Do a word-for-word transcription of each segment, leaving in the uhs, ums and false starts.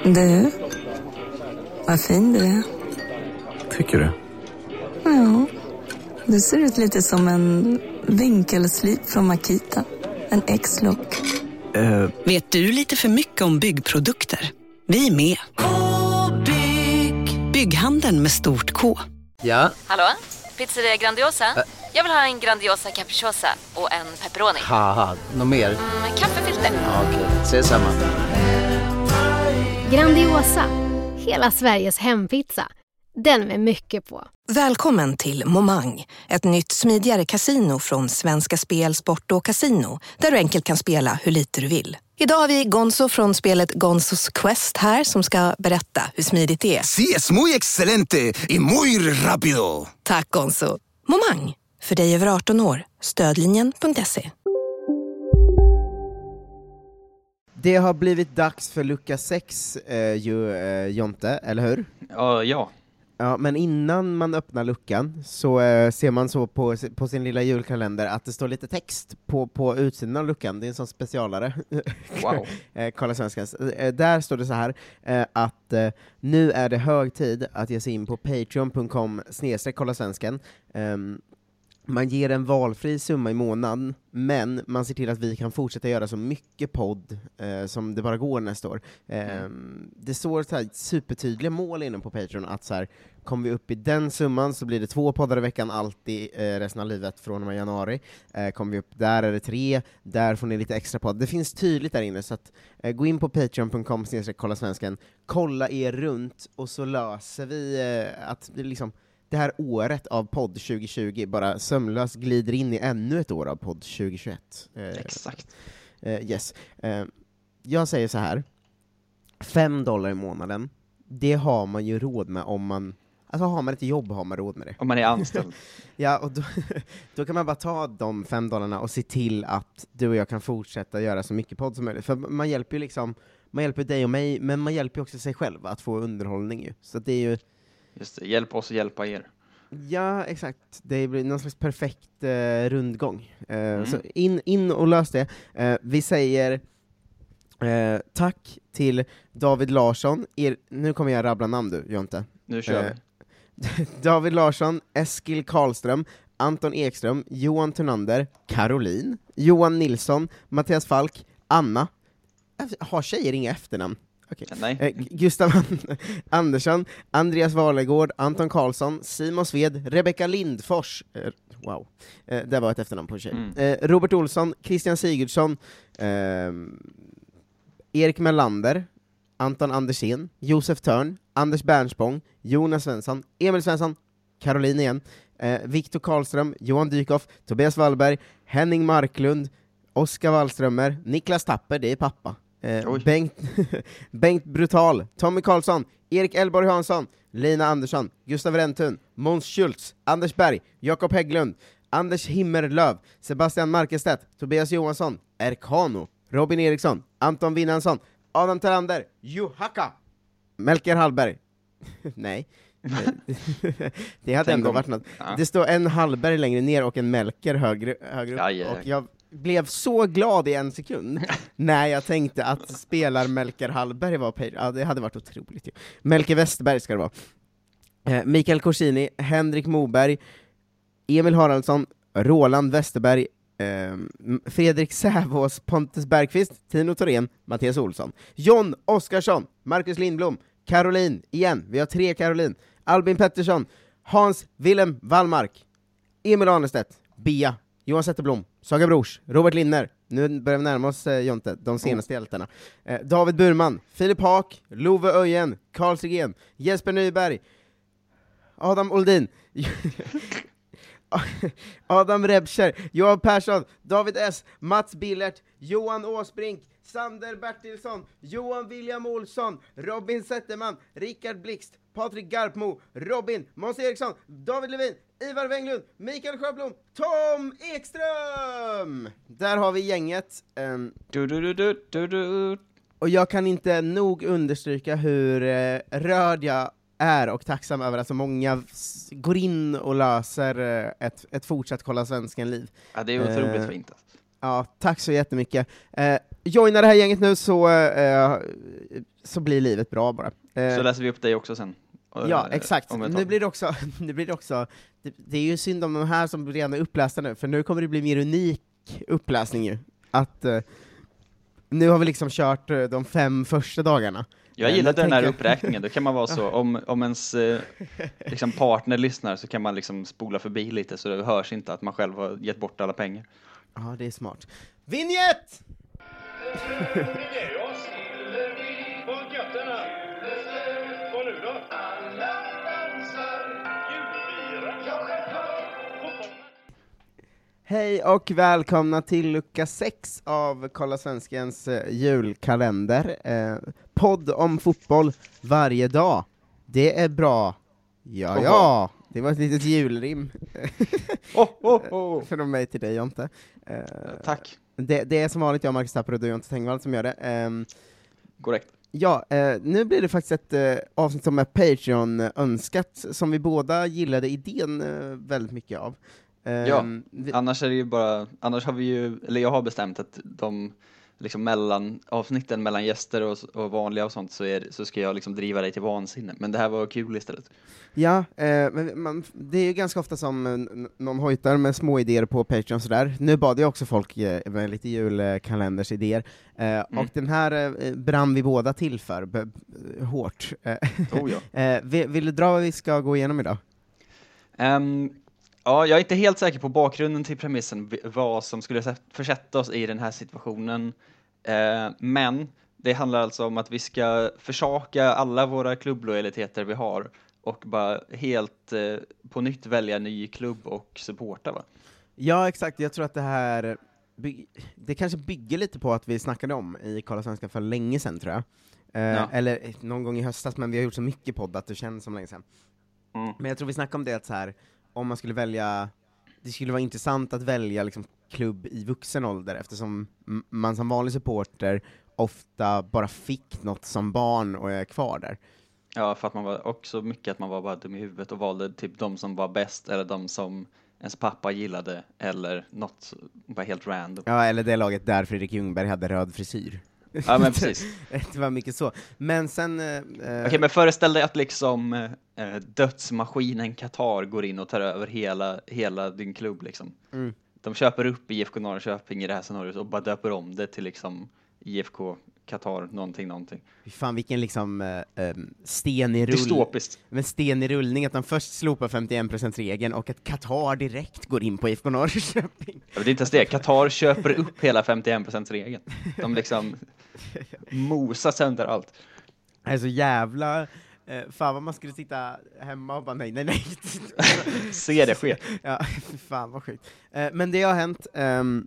Du, vad fin du är. Tycker du? Ja, du ser ut lite som en vinkelslip från Makita. En X-look. Uh. Vet du lite för mycket om byggprodukter? Vi är med. K-bygg. Bygghandeln med stort K. Ja? Hallå? Pizzeria Grandiosa? Ä- Jag vill ha en Grandiosa capriciosa och en pepperoni. Haha, något mer? Mm, kaffefilter. Ja, okej, okay. Ses samma. Grandiosa, hela Sveriges hempizza. Den med mycket på. Välkommen till Momang, ett nytt smidigare kasino från Svenska Spel, Sport och Casino, där du enkelt kan spela hur lite du vill. Idag har vi Gonzo från spelet Gonzos Quest här som ska berätta hur smidigt det är. Sí, es muy excelente y muy rápido. Tack Gonzo. Momang, för dig över arton år. Stödlinjen punkt se. Det har blivit dags för lucka sex, eh, ju, eh, Jonte, eller hur? Uh, ja. Ja, men innan man öppnar luckan så eh, ser man så på, på sin lilla julkalender att det står lite text på, på utsidan av luckan. Det är en sån specialare. Wow. eh, Kolla Svenskans. Eh, där står det så här eh, att eh, nu är det hög tid att ge sig in på patreon punkt com snedstreck kolla svenskan. Um, Man ger en valfri summa i månaden, men man ser till att vi kan fortsätta göra så mycket podd eh, som det bara går nästa år. Eh, mm. Det står så här supertydliga mål inne på Patreon att så här, kommer vi upp i den summan så blir det två poddar i veckan alltid eh, resten av livet från och med januari. Eh, kommer vi upp där är det tre, där får ni lite extra podd. Det finns tydligt där inne, så att, eh, gå in på patreon punkt com snedstreck kolla svenskan, kolla er runt och så löser vi eh, att det liksom det här året av podd tjugo tjugo bara sömlöst glider in i ännu ett år av podd tjugo tjugoett. Eh, Exakt. Eh, yes. Eh, jag säger så här. Fem dollar i månaden, det har man ju råd med om man... Alltså har man ett jobb har man råd med det. Om man är anställd. Ja, och då, då kan man bara ta de fem dollarna och se till att du och jag kan fortsätta göra så mycket podd som möjligt. För man hjälper ju liksom... Man hjälper dig och mig, men man hjälper ju också sig själv att få underhållning ju. Så det är ju... Just det, hjälp oss att hjälpa er. Ja, exakt. Det blir någon slags perfekt eh, rundgång. Eh, mm. Så in, in och lös det. Eh, vi säger eh, tack till David Larsson. Er, nu kommer jag rabbla namn du, Jonte. Nu kör eh, vi. David Larsson, Eskil Karlström, Anton Ekström, Johan Turnander, Caroline, Johan Nilsson, Mattias Falk, Anna. Har tjejer inga efternamn? Okay. Nej. Eh, Gustav Andersson, Andreas Valegård, Anton Karlsson, Simon Sved, Rebecka Lindfors, eh, wow, eh, det var ett efternamn på en tjej. Mm. Eh, Robert Olsson, Christian Sigurdsson, eh, Erik Melander, Anton Andersén, Josef Törn, Anders Bernspång, Jonas Svensson, Emil Svensson, Caroline igen, eh, Viktor Karlström, Johan Dykhoff, Tobias Wallberg, Henning Marklund, Oskar Wallströmer, Niklas Tapper, det är pappa. Eh, Bengt, Bengt Brutal, Tommy Karlsson, Erik Elborg Hansson, Lina Andersson, Gustav Rentun, Måns Schultz, Anders Berg, Jakob Hägglund, Anders Himmerlöv, Sebastian Markestedt, Tobias Johansson, Erkano, Robin Eriksson, Anton Winnansson, Adam Terander, Juhaka, Melker Hallberg. Nej. Det hade ändå varit något. Ja. Det står en Hallberg längre ner och en Melker högre, högre upp. Ja, ja, ja. Och jag blev så glad i en sekund när jag tänkte att spelar Melker Hallberg var Patreon. Ja, det hade varit otroligt. Melker Westerberg ska det vara. Eh, Mikael Corsini, Henrik Moberg, Emil Haraldsson, Roland Westerberg, eh, Fredrik Sävås, Pontus Bergqvist, Tino Thorén, Mattias Olsson, John Oskarsson, Marcus Lindblom, Caroline, igen, vi har tre Caroline, Albin Pettersson, Hans Willem Wallmark, Emil Arnestedt, Bia, Johan Zetterblom, Saga Brors, Robert Linner, nu börjar vi närma oss eh, Jonte, de senaste oh. hjältarna, eh, David Burman, Filip Haak, Love Öjen, Karl Sigén, Jesper Nyberg, Adam Oldin, Adam Rebscher, Johan Persson, David S, Mats Billert, Johan Åsbrink, Sander Bertilsson, Johan William Olsson, Robin Zetterman, Rickard Blixt, Patrik Garpmo, Robin, Måns Eriksson, David Levin, Ivar Wenglund, Mikael Sjöblom, Tom Ekström! Där har vi gänget. Um, du, du, du, du, du, du. Och jag kan inte nog understryka hur uh, rörd jag är och tacksam över att så många s- går in och löser uh, ett, ett fortsatt Kolla Svenskan-liv. Ja, det är otroligt uh, fint. Ja, tack så jättemycket. Uh, joina det här gänget nu så uh, så blir livet bra bara. Så läser vi upp dig också sen. Ja, exakt. Nu blir det också, nu blir det också, det, det är ju synd om de här som redan är upplästa nu, för nu kommer det bli mer unik uppläsning ju. Att uh, nu har vi liksom kört uh, de fem första dagarna. Jag gillar den här uppräkningen, då kan man vara så, om, om ens eh, liksom partner lyssnar så kan man liksom spola förbi lite så det hörs inte att man själv har gett bort alla pengar. Ja, det är smart. Vinjett! Hej och välkomna till lucka sex av Kolla Svenskens eh, julkalender. Eh, podd om fotboll varje dag. Det är bra. Ja, ja. Det var ett litet julrim. oh, oh, oh. Från mig till dig, Jonte. Eh, Tack. Det, det är som vanligt jag, Marcus Tapper och du, Jonte Tengvall, som gör det. Eh, Korrekt. Ja, eh, nu blir det faktiskt ett eh, avsnitt som är Patreon-önskat, som vi båda gillade idén eh, väldigt mycket av. Ja, Um, vi... annars är det ju bara, annars har vi ju, eller jag har bestämt att de liksom mellan avsnitten mellan gäster och, och vanliga och sånt så, är, så ska jag liksom driva dig till vansinne, men det här var kul istället. Ja, eh, men man, det är ju ganska ofta som eh, någon hojtar med små idéer på Patreon sådär. Nu bad jag också folk eh, med lite julkalendersidéer, eh, mm. och den här eh, brann vi båda till för, b- b- hårt. Oh, ja. eh, vill, vill du dra vad vi ska gå igenom idag? Um, Ja, jag är inte helt säker på bakgrunden till premissen, vad som skulle försätta oss i den här situationen. Eh, men det handlar alltså om att vi ska försaka alla våra klubblojaliteter vi har och bara helt eh, på nytt välja ny klubb och supporta, va? Ja, exakt. Jag tror att det här by- det kanske bygger lite på att vi snackade om i Kolla Svenska för länge sedan, tror jag. Eh, ja. Eller någon gång i höstas, men vi har gjort så mycket podd att det känns som länge sedan. Mm. Men jag tror vi snackade om det att så här, om man skulle välja, det skulle vara intressant att välja liksom klubb i vuxen ålder, eftersom m- man som vanlig supporter ofta bara fick något som barn och är kvar där. Ja, för att man var också mycket att man var bara dum i huvudet och valde typ de som var bäst, eller de som ens pappa gillade, eller något bara helt random. Ja, eller det laget där Fredrik Ljungberg hade röd frisyr. Ja, men precis. Det var mycket så. Men sen... Eh, Okej, okay, men föreställ dig att liksom eh, dödsmaskinen Qatar går in och tar över hela, hela din klubb liksom. Mm. De köper upp I F K Norrköping i det här scenariot och bara döper om det till liksom I F K Qatar någonting, någonting. Fan, vilken liksom äh, sten i rull... Dystopiskt. Men sten i rullning, att de först slopar femtioen procent-regeln och att Qatar direkt går in på I F K Norrköping. Ja, det är inte ens det. Qatar köper upp hela femtioen procent-regeln. De liksom mosar sönder allt. Alltså jävla... Eh, fan vad man skulle sitta hemma och bara nej, nej, nej. Se det ske. Ja, fan vad sjukt. Eh, men det har hänt. Um,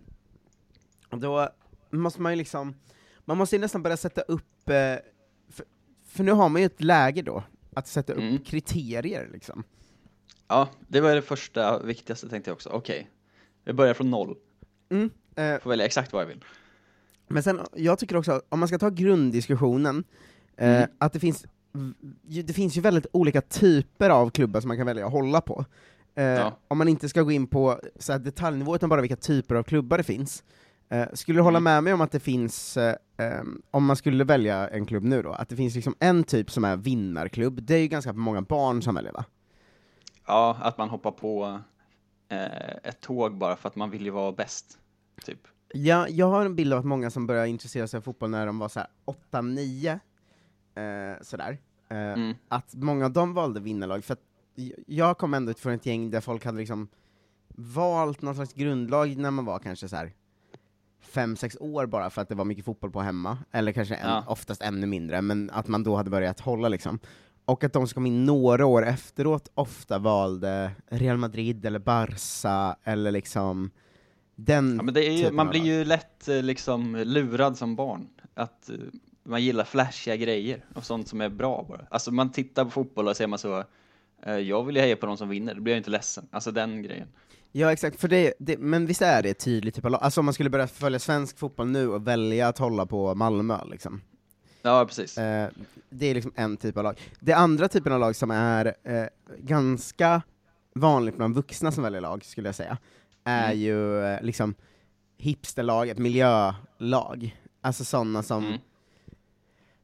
då måste man ju liksom... Man måste ju nästan börja sätta upp... Eh, för, för nu har man ju ett läge då, att sätta upp mm. kriterier liksom. Ja, det var det första viktigaste, tänkte jag också. Okej, okay. Vi börjar från noll. Mm, eh, Får välja exakt vad jag vill. Men sen, jag tycker också, om man ska ta grunddiskussionen, eh, mm. att det finns... Det finns ju väldigt olika typer av klubbar som man kan välja att hålla på. Eh, ja. Om man inte ska gå in på så här detaljnivå, utan bara vilka typer av klubbar det finns. Eh, skulle du mm. hålla med mig om att det finns, eh, um, om man skulle välja en klubb nu då, att det finns liksom en typ som är vinnarklubb? Det är ju ganska många barn som väljer, va? Ja, att man hoppar på eh, ett tåg bara för att man vill ju vara bäst, typ. Ja, jag har en bild av att många som började intressera sig av fotboll när de var så här åtta nio, eh, sådär. Uh, mm. Att många av dem valde vinnarlag, för att jag kom ändå från ett gäng där folk hade liksom valt någon slags grundlag när man var kanske så här fem, sex år bara för att det var mycket fotboll på hemma, eller kanske en, ja. oftast ännu mindre, men att man då hade börjat hålla liksom. Och att de som kom in några år efteråt ofta valde Real Madrid eller Barca eller liksom den. Ja, men det är ju, man blir ju lätt liksom lurad som barn att man gillar flashiga grejer och sånt som är bra bara. Alltså man tittar på fotboll och ser man så, eh, jag vill ju heja på de som vinner, då blir jag inte ledsen. Alltså den grejen. Ja, exakt, för det, det, men visst är det tydligt typ av lag. Alltså om man skulle börja följa svensk fotboll nu och välja att hålla på Malmö liksom. Ja, precis. Eh, det är liksom en typ av lag. Det andra typen av lag som är eh, ganska vanligt bland vuxna som väljer lag, skulle jag säga, är mm. ju eh, liksom hipsterlag, ett miljölag. Alltså sådana som mm.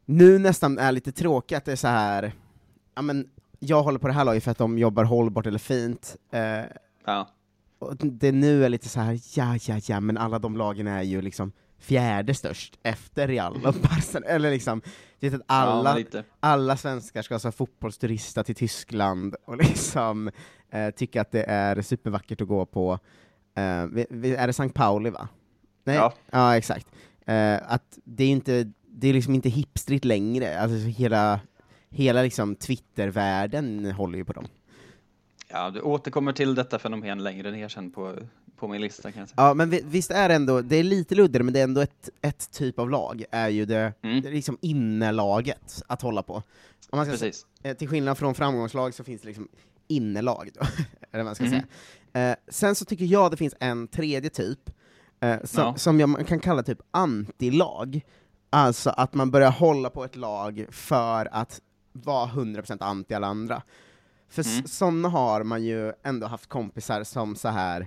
nu nästan är lite tråkigt att det är så här. Ja, men jag håller på det här laget för att de jobbar hållbart eller fint. Eh, ja. Och det nu är lite så här, ja, ja, ja, men alla de lagen är ju liksom fjärde störst efter Real och Barca, eller liksom, det är att alla, ja, alla svenskar ska ha fotbollsturista till Tyskland och liksom eh, tycka att det är supervackert att gå på, eh, vi, vi, är det Sankt Pauli va? Nej? Ja, ja exakt. Eh, att det är inte, det är liksom inte hipstrigt längre, alltså hela, hela liksom Twitter-världen håller ju på dem. Ja, du återkommer till detta fenomen längre ner sen på, på min lista kan jag säga. Ja, men visst är det ändå, det är lite luddigare, men det är ändå ett, ett typ av lag, är ju det, mm. det är liksom innerlaget att hålla på. Om man ska Precis. S- till skillnad från framgångslag så finns det liksom innerlag då, eller vad man ska mm. säga. Eh, sen så tycker jag det finns en tredje typ, eh, som, ja. som jag man kan kalla typ antilag, alltså att man börjar hålla på ett lag för att vara hundra procent anti alla andra. För mm. sådana har man ju ändå haft kompisar som så här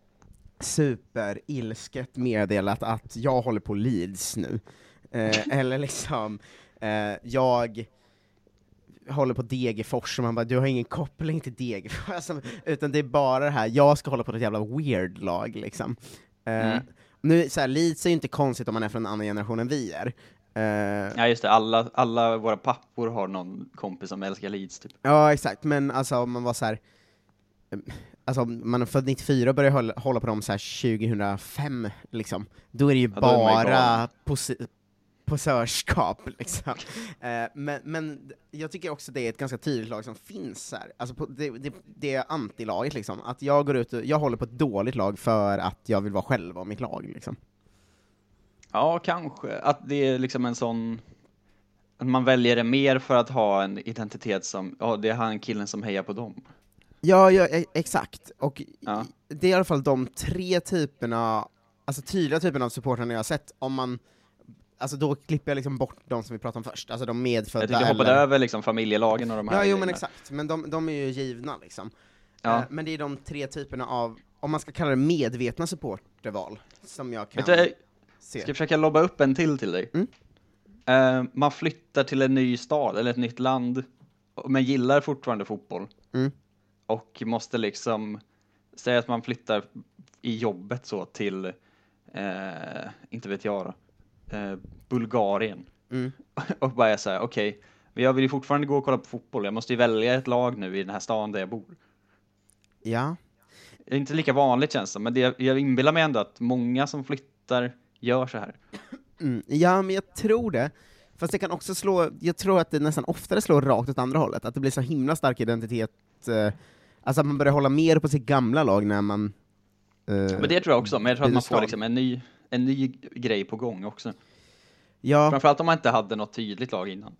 superilsket meddelat att jag håller på Leeds nu. Eh, eller liksom, eh, jag håller på Degerfors, och man bara, du har ingen koppling till Degerfors, alltså, utan det är bara det här, jag ska hålla på ett jävla weird lag, liksom. Eh, mm. Nu, så här, Leeds är ju inte konstigt om man är från en annan generation än vi är. Uh, ja just det, alla, alla våra pappor har någon kompis som älskar Leeds typ. Ja exakt, men alltså om man var så här, alltså man är född nittiofyra och börjar hålla, hålla på dem så här tjugohundrafem liksom, då är det ju ja, bara posi- posörskap liksom. uh, men, men jag tycker också det är ett ganska tydligt lag som finns här, alltså på, det, det, det är antilaget liksom, att jag går ut och, jag håller på ett dåligt lag för att jag vill vara själv och mitt lag liksom. Ja, kanske. Att det är liksom en sån, att man väljer det mer för att ha en identitet som, ja, det är han killen som hejar på dem. Ja, ja e- exakt. Och ja. det är i alla fall de tre typerna, alltså tydliga typerna av supportrarna jag har sett, om man, alltså då klipper jag liksom bort de som vi pratade om först, alltså de medfödda. Jag tycker jag hoppade eller... över liksom familjelagen och de här. Ja, jo men exakt, men de, de är ju givna liksom. Ja. Uh, men det är de tre typerna av, om man ska kalla det medvetna supporterval, som jag kan... Vet du, ska jag försöka lobba upp en till till dig? Mm. Uh, man flyttar till en ny stad eller ett nytt land, men gillar fortfarande fotboll. Mm. Och måste liksom säga att man flyttar i jobbet så till, uh, inte vet jag då, uh, Bulgarien. Mm. Och bara är så här, okej, okay, men jag vill ju fortfarande gå och kolla på fotboll. Jag måste ju välja ett lag nu i den här stan där jag bor. Ja. Det är inte lika vanligt känns det, men det, jag inbillar mig ändå att många som flyttar gör så här. Mm, ja, men jag tror det. Fast det kan också slå, jag tror att det nästan oftare slår rakt åt andra hållet. Att det blir så himla stark identitet. Eh, alltså att man börjar hålla mer på sitt gamla lag när man... Eh, men det tror jag också, men jag tror att man stad. får liksom en ny, en ny grej på gång också. Ja. Framförallt om man inte hade något tydligt lag innan.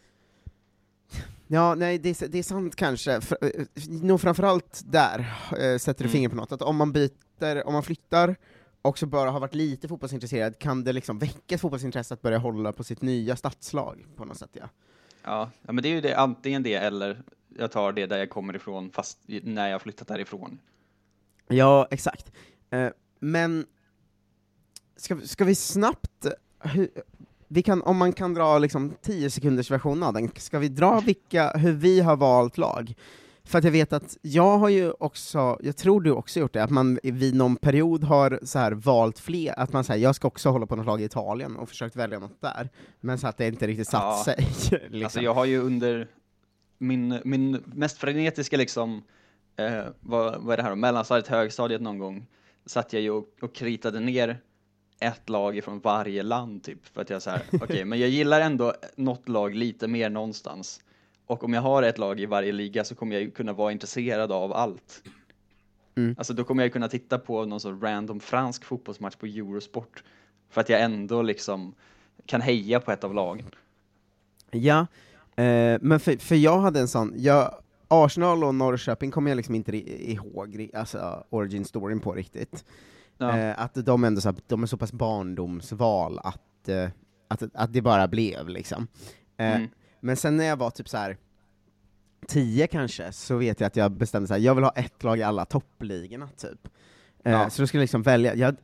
Ja, nej, det är, det är sant kanske. För, eh, nog framförallt där eh, sätter du mm. fingret på något. Att om man byter, om man flyttar och så bara har varit lite fotbollsintresserad, kan det liksom väcka ett fotbollsintresse att börja hålla på sitt nya stadslag på något sätt, ja. Ja, ja men det är ju det, antingen det eller jag tar det där jag kommer ifrån fast när jag flyttat därifrån. Ja, exakt. Eh, men ska, ska vi snabbt, hur, vi kan, om man kan dra liksom tio sekunders version av den, ska vi dra vilka, hur vi har valt lag? För att jag vet att jag har ju också, jag tror du också gjort det, att man vid någon period har så här valt fler, att man säger jag ska också hålla på något lag i Italien och försökt välja något där, men så att det inte riktigt satt ja. sig. liksom. Alltså jag har ju under min, min mest frenetiska liksom, eh, vad, vad är det här, mellanstadiet, högstadiet någon gång, satt jag ju och, och kritade ner ett lag från varje land typ, för att jag så här, okej, okay, men jag gillar ändå något lag lite mer någonstans. Och om jag har ett lag i varje liga så kommer jag ju kunna vara intresserad av allt. Mm. Alltså då kommer jag kunna titta på någon sån random fransk fotbollsmatch på Eurosport. För att jag ändå liksom kan heja på ett av lagen. Ja, eh, men för, för jag hade en sån, jag, Arsenal och Norrköping kommer jag liksom inte ihåg, alltså origin storyn på riktigt. Ja. Eh, att de ändå så, de är så pass barndomsval att, eh, att, att det bara blev liksom. Eh, mm. Men sen när jag var typ så här tio kanske, så vet jag att jag bestämde så här, jag vill ha ett lag i alla toppligorna typ. Eh, ja. Så då skulle jag liksom välja, jag,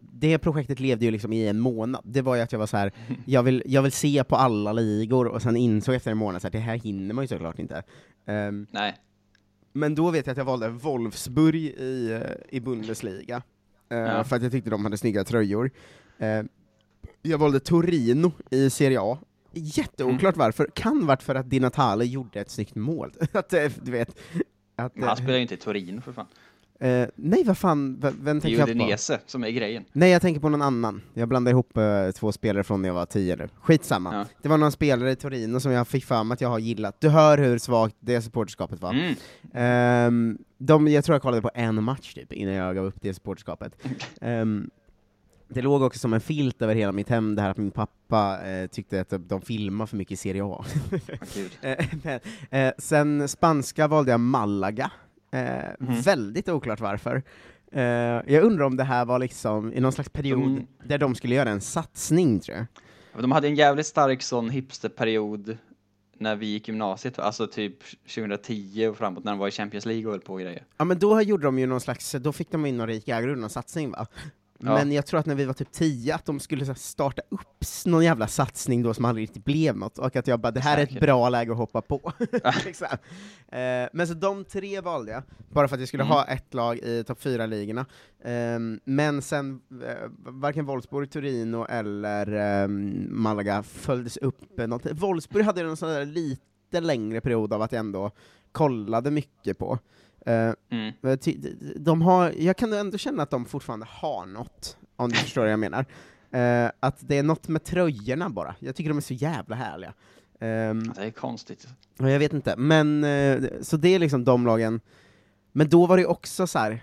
det projektet levde ju liksom i en månad. Det var ju att jag var så här, jag vill, jag vill se på alla ligor, och sen insåg efter en månad så att det här hinner man ju såklart inte. Um, Nej. Men då vet jag att jag valde Wolfsburg i, i Bundesliga. Uh, ja. För att jag tyckte de hade snygga tröjor. Uh, jag valde Torino i Serie A. Jätteoklart mm. varför. Kan vart för att Di Natale gjorde ett snyggt mål. Att, du vet, att, Men han spelar ju inte i Torino för fan. Uh, nej, vad fan, v- vem tänker jag på? Udinese som är grejen. Nej, jag tänker på någon annan. Jag blandar ihop uh, två spelare från när jag var tio nu. Skitsamma. Ja. Det var någon spelare i Torino som jag fick för mig att jag har gillat. Du hör hur svagt det supporterskapet var. Mm. Um, de, jag tror jag kollade på en match typ innan jag gav upp det supporterskapet. um, det låg också som en filt över hela mitt hem, det här att min pappa eh, tyckte att de filmar för mycket i Serie A. Men, eh, sen spanska valde jag Malaga. Eh, mm. Väldigt oklart varför. Eh, jag undrar om det här var liksom i någon slags period mm. där de skulle göra en satsning, tror jag. De hade en jävligt stark sån hipsterperiod när vi gick gymnasiet, alltså typ tjugohundratio och framåt, när de var i Champions League och höll på och grejer. Ja, men då gjorde de ju någon slags, då fick de in någon rik ägare och någon satsning, va? Ja. Men jag tror att när vi var typ tio, att de skulle så här, starta upp någon jävla satsning då som aldrig riktigt blev något, och att jag bara, det här är ett bra läge att hoppa på. liksom. eh, men så de tre valde jag, bara för att jag skulle mm. ha ett lag i topp fyra ligorna. Eh, men sen, eh, varken Wolfsburg, Torino eller eh, Malaga följdes upp. Eh, något. Wolfsburg hade en sån där lite längre period av att jag ändå kollade mycket på. Uh, mm. de har, jag kan ändå känna att de fortfarande har något, om du förstår vad jag menar. Uh, att det är något med tröjorna bara. Jag tycker de är så jävla härliga. Um, det är konstigt. Jag vet inte, men uh, så det är liksom de lagen. Men då var det också så här,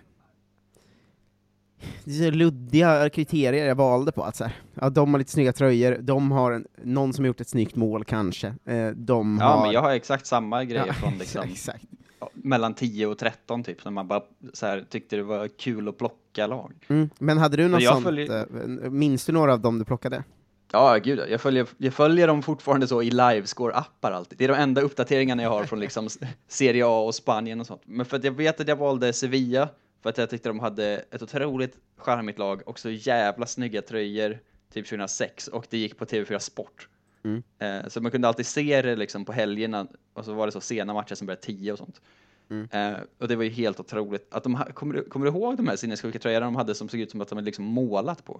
det är luddiga kriterier jag valde på. Att så här, ja, de har lite snygga tröjor, de har en, någon som har gjort ett snyggt mål kanske. Uh, de ja, har... men jag har exakt samma grejer ja, från liksom... exakt. mellan tio och tretton typ, när man bara så här, tyckte det var kul att plocka lag. Mm. Men hade du något sånt, följer... minns du några av dem du plockade? Ja, gud, jag följer, jag följer dem fortfarande så i livescore-appar alltid. Det är de enda uppdateringarna jag har från liksom Serie A och Spanien och sånt. Men för att jag vet att jag valde Sevilla, för att jag tyckte de hade ett otroligt charmigt lag, och så jävla snygga tröjor, typ tjugohundrasex, och det gick på T V fyra Sport. Mm. Eh, så man kunde alltid se det liksom på helgerna, och så var det så sena matcher som började tio och sånt. Mm. Eh, och det var ju helt otroligt. Att de ha, kommer, du, kommer du ihåg de här sinnessjuka tröjorna de hade som såg ut som att de hade liksom målat på?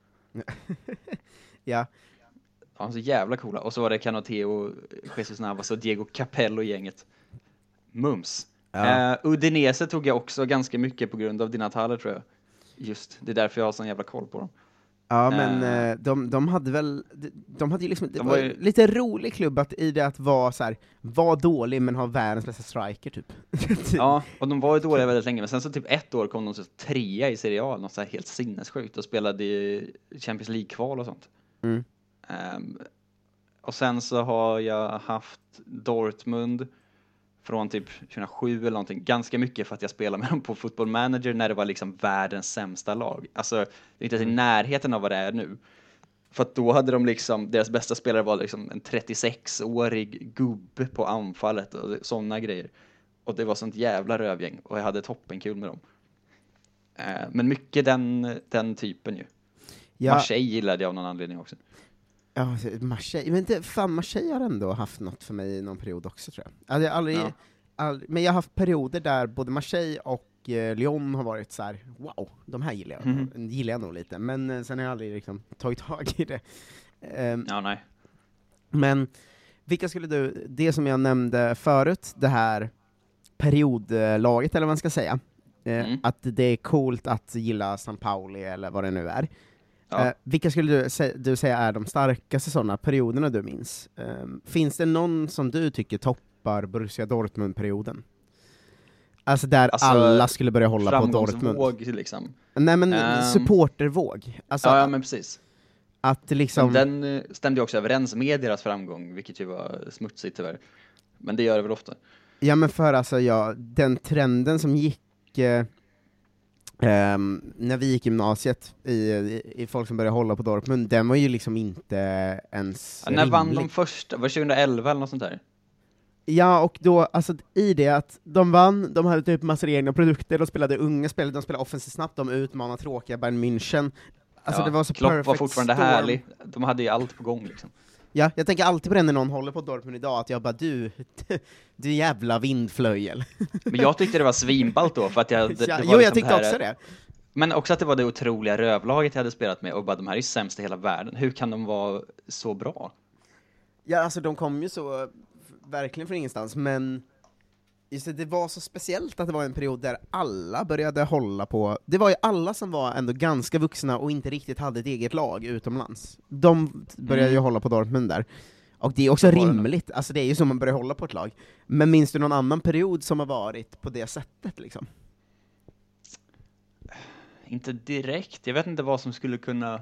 Ja. Ja, så jävla coola. Och så var det Canoteo, Jesus Navas och Diego Capello-gänget. Mums. Ja. Eh, Udinese tog jag också ganska mycket på grund av Di Natale, tror jag. Just, det är därför jag har sån jävla koll på dem. Ja, men uh, de, de hade väl, de, de hade ju liksom, det de var ju lite rolig klubb att, i det att vara så här, var dålig men ha världens bästa striker typ. Ja, och de var ju dåliga väldigt länge, men sen så typ ett år kom de så trea i Serie A, något så här helt sinnessjukt, och spelade i Champions League-kval och sånt. Mm. Um, och sen så har jag haft Dortmund från typ tjugohundrasju eller någonting, ganska mycket för att jag spelade med dem på Football Manager när det var liksom världens sämsta lag. Alltså, det är inte ens i närheten av vad det är nu. För att då hade de liksom, deras bästa spelare var liksom en trettiosex-årig gubbe på anfallet och sådana grejer. Och det var sånt jävla rövgäng, och jag hade toppenkul med dem. Uh, men mycket den, den typen ju. Ja. Marseille gillade jag av någon anledning också. Ja, Marseille, men det, fan, Marseille har ändå haft något för mig i någon period också, tror jag. Alltså, jag aldrig, ja. aldrig, men jag har haft perioder där både Marseille och eh, Lyon har varit så här: wow, de här gillar jag, mm. gillar jag nog lite, men eh, sen har jag aldrig liksom tagit tag i det. Um, ja, nej. Men vilka skulle du, det som jag nämnde förut, det här periodlaget, eller vad man ska säga, eh, mm. att det är coolt att gilla San Pauli eller vad det nu är. Ja. Uh, vilka skulle du, sä- du säga är de starkaste sådana perioderna du minns? Um, finns det någon som du tycker toppar Borussia Dortmund-perioden? Alltså där alltså, alla skulle börja hålla på Dortmund. Framgångsvåg liksom. Nej, men um, supportervåg. Alltså, ja, ja, men precis. Att liksom... Men den stämde ju också överens med deras framgång, vilket ju var smutsigt tyvärr. Men det gör det väl ofta. Ja, men för alltså, ja, den trenden som gick... Eh, Um, när vi gick gymnasiet i, i, i folk som började hålla på Dortmund, den var ju liksom inte ens ja, när rimlig. Vann de första? Var tjugohundraelva eller något sånt där? Ja, och då, alltså i det att de vann, de hade typ massor egna produkter, de spelade unga spelare, de spelade offensivt snabbt, de utmanade tråkiga Bayern München. Alltså, ja, det var så Klopp var perfect fortfarande storm. härlig. De hade ju allt på gång liksom. Ja, jag tänker alltid på det när någon håller på Dortmund idag, att jag bara, du, du jävla vindflöjel. Men jag tyckte det var svinballt då, för att jag... Det, ja, det var jo, jag liksom tyckte det här, också det. Men också att det var det otroliga rövlaget jag hade spelat med, och bara de här är ju sämst i hela världen. Hur kan de vara så bra? Ja, alltså de kom ju så verkligen från ingenstans, men just det, det var så speciellt att det var en period där alla började hålla på, det var ju alla som var ändå ganska vuxna och inte riktigt hade ett eget lag utomlands. De började mm. ju hålla på Dortmund där. Och det är också rimligt, alltså det är ju så man börjar hålla på ett lag. Men minns du någon annan period som har varit på det sättet liksom? Inte direkt, jag vet inte vad som skulle kunna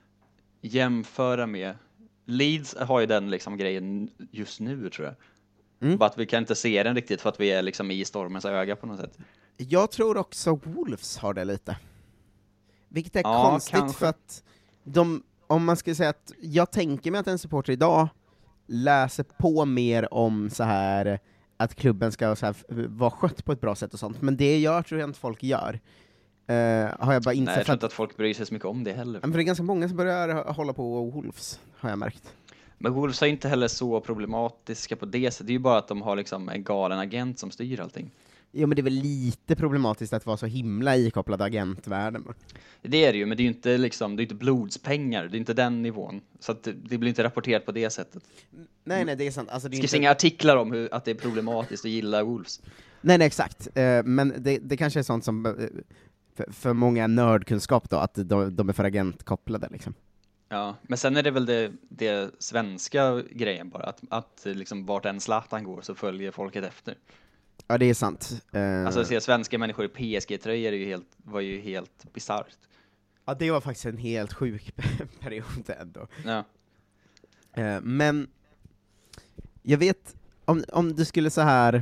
jämföra med. Leeds har ju den liksom grejen just nu, tror jag. Mm. Bara att vi kan inte se den riktigt för att vi är liksom i stormens öga på något sätt. Jag tror också Wolves har det lite. Vilket är ja, konstigt kanske. För att de, om man ska säga att jag tänker mig att en supporter idag läser på mer om så här att klubben ska så här, vara skött på ett bra sätt och sånt, men det gör tror jag inte folk gör. Uh, har jag bara insett. Nej, jag tror inte att folk bryr sig så mycket om det heller. Men för det är ganska många som börjar hålla på Wolves, har jag märkt. Men Wolves är inte heller så problematiska på det sättet. Det är ju bara att de har liksom en galen agent som styr allting. Jo, men det är väl lite problematiskt att vara så himla ikopplad agentvärlden. Det är det ju, men det är ju inte liksom, det är inte blodspengar, det är inte den nivån. Så att det, det blir inte rapporterat på det sättet. Nej, nej, det är sant. Alltså, det skrivs inte... inga artiklar om hur, att det är problematiskt att gilla Wolves. Nej, nej, exakt. Uh, men det, det kanske är sånt som uh, för, för många nördkunskap då, att de, de är för agentkopplade liksom. Ja, men sen är det väl det, det svenska grejen bara, att, att liksom vart en Zlatan går så följer folket efter. Ja, det är sant. Uh... Alltså att se svenska människor i P S G-tröjor är ju helt, var ju helt bizarrt. Ja, det var faktiskt en helt sjuk period ändå. Ja. Uh, men jag vet, om, om du skulle så här,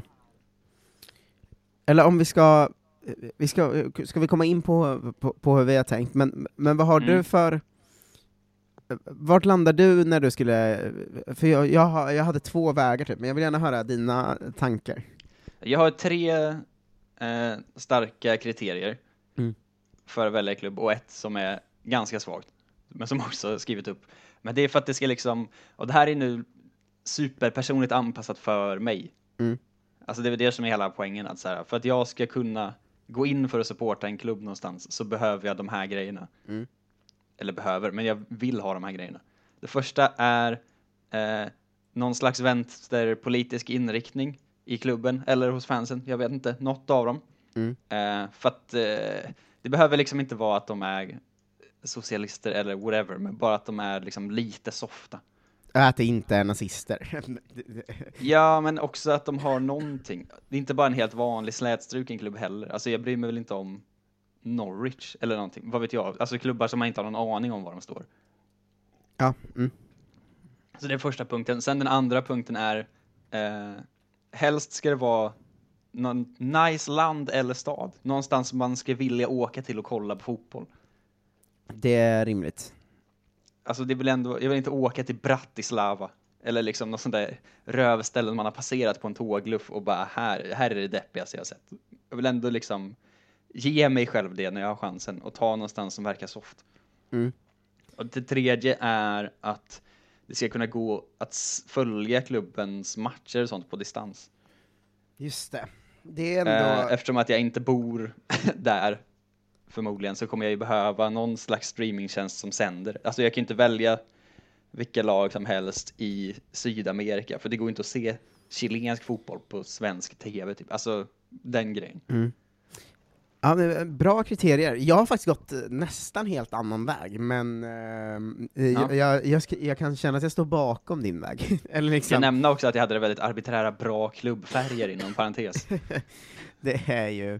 eller om vi ska, vi ska, ska vi komma in på, på, på hur vi har tänkt, men, men vad har mm. du för, vart landar du när du skulle, för jag, jag, jag hade två vägar typ, men jag vill gärna höra dina tankar. Jag har tre eh, starka kriterier mm. för att välja klubb, och ett som är ganska svagt, men som också har skrivit upp. Men det är för att det ska liksom, och det här är nu superpersonligt anpassat för mig. Mm. Alltså det är det som är hela poängen, att så här, för att jag ska kunna gå in för att supporta en klubb någonstans så behöver jag de här grejerna. Mm. Eller behöver, men jag vill ha de här grejerna. Det första är eh, någon slags vänsterpolitisk inriktning i klubben eller hos fansen, jag vet inte, något av dem. Mm. Eh, för att eh, det behöver liksom inte vara att de är socialister eller whatever, men bara att de är liksom lite softa. Att det inte är nazister. Ja, men också att de har någonting. Det är inte bara en helt vanlig slätstruken klubb heller. Alltså jag bryr mig väl inte om Norwich eller någonting. Vad vet jag? Alltså klubbar som man inte har någon aning om var de står. Ja. Mm. Så det är första punkten. Sen den andra punkten är eh, helst ska det vara någon nice land eller stad. Någonstans man ska vilja åka till och kolla på fotboll. Det är rimligt. Alltså det vill ändå, jag vill inte åka till Bratislava eller liksom något sånt där rövställen man har passerat på en tågluff och bara här, här är det deppigaste jag har sett. Jag vill ändå liksom ge mig själv det när jag har chansen och ta någonstans som verkar soft. Mm. Och det tredje är att det ska kunna gå att följa klubbens matcher och sånt på distans. Just det. Det är ändå... Eftersom att jag inte bor där förmodligen så kommer jag ju behöva någon slags streamingtjänst som sänder. Alltså jag kan inte välja vilka lag som helst i Sydamerika, för det går inte att se chilensk fotboll på svensk tv typ. Alltså den grejen. Mm. Ja, men bra kriterier. Jag har faktiskt gått nästan helt annan väg, men eh, ja. jag, jag, ska, jag kan känna att jag står bakom din väg. Eller liksom... Jag nämnde också att jag hade det väldigt arbiträra bra klubbfärger inom parentes. Det är ju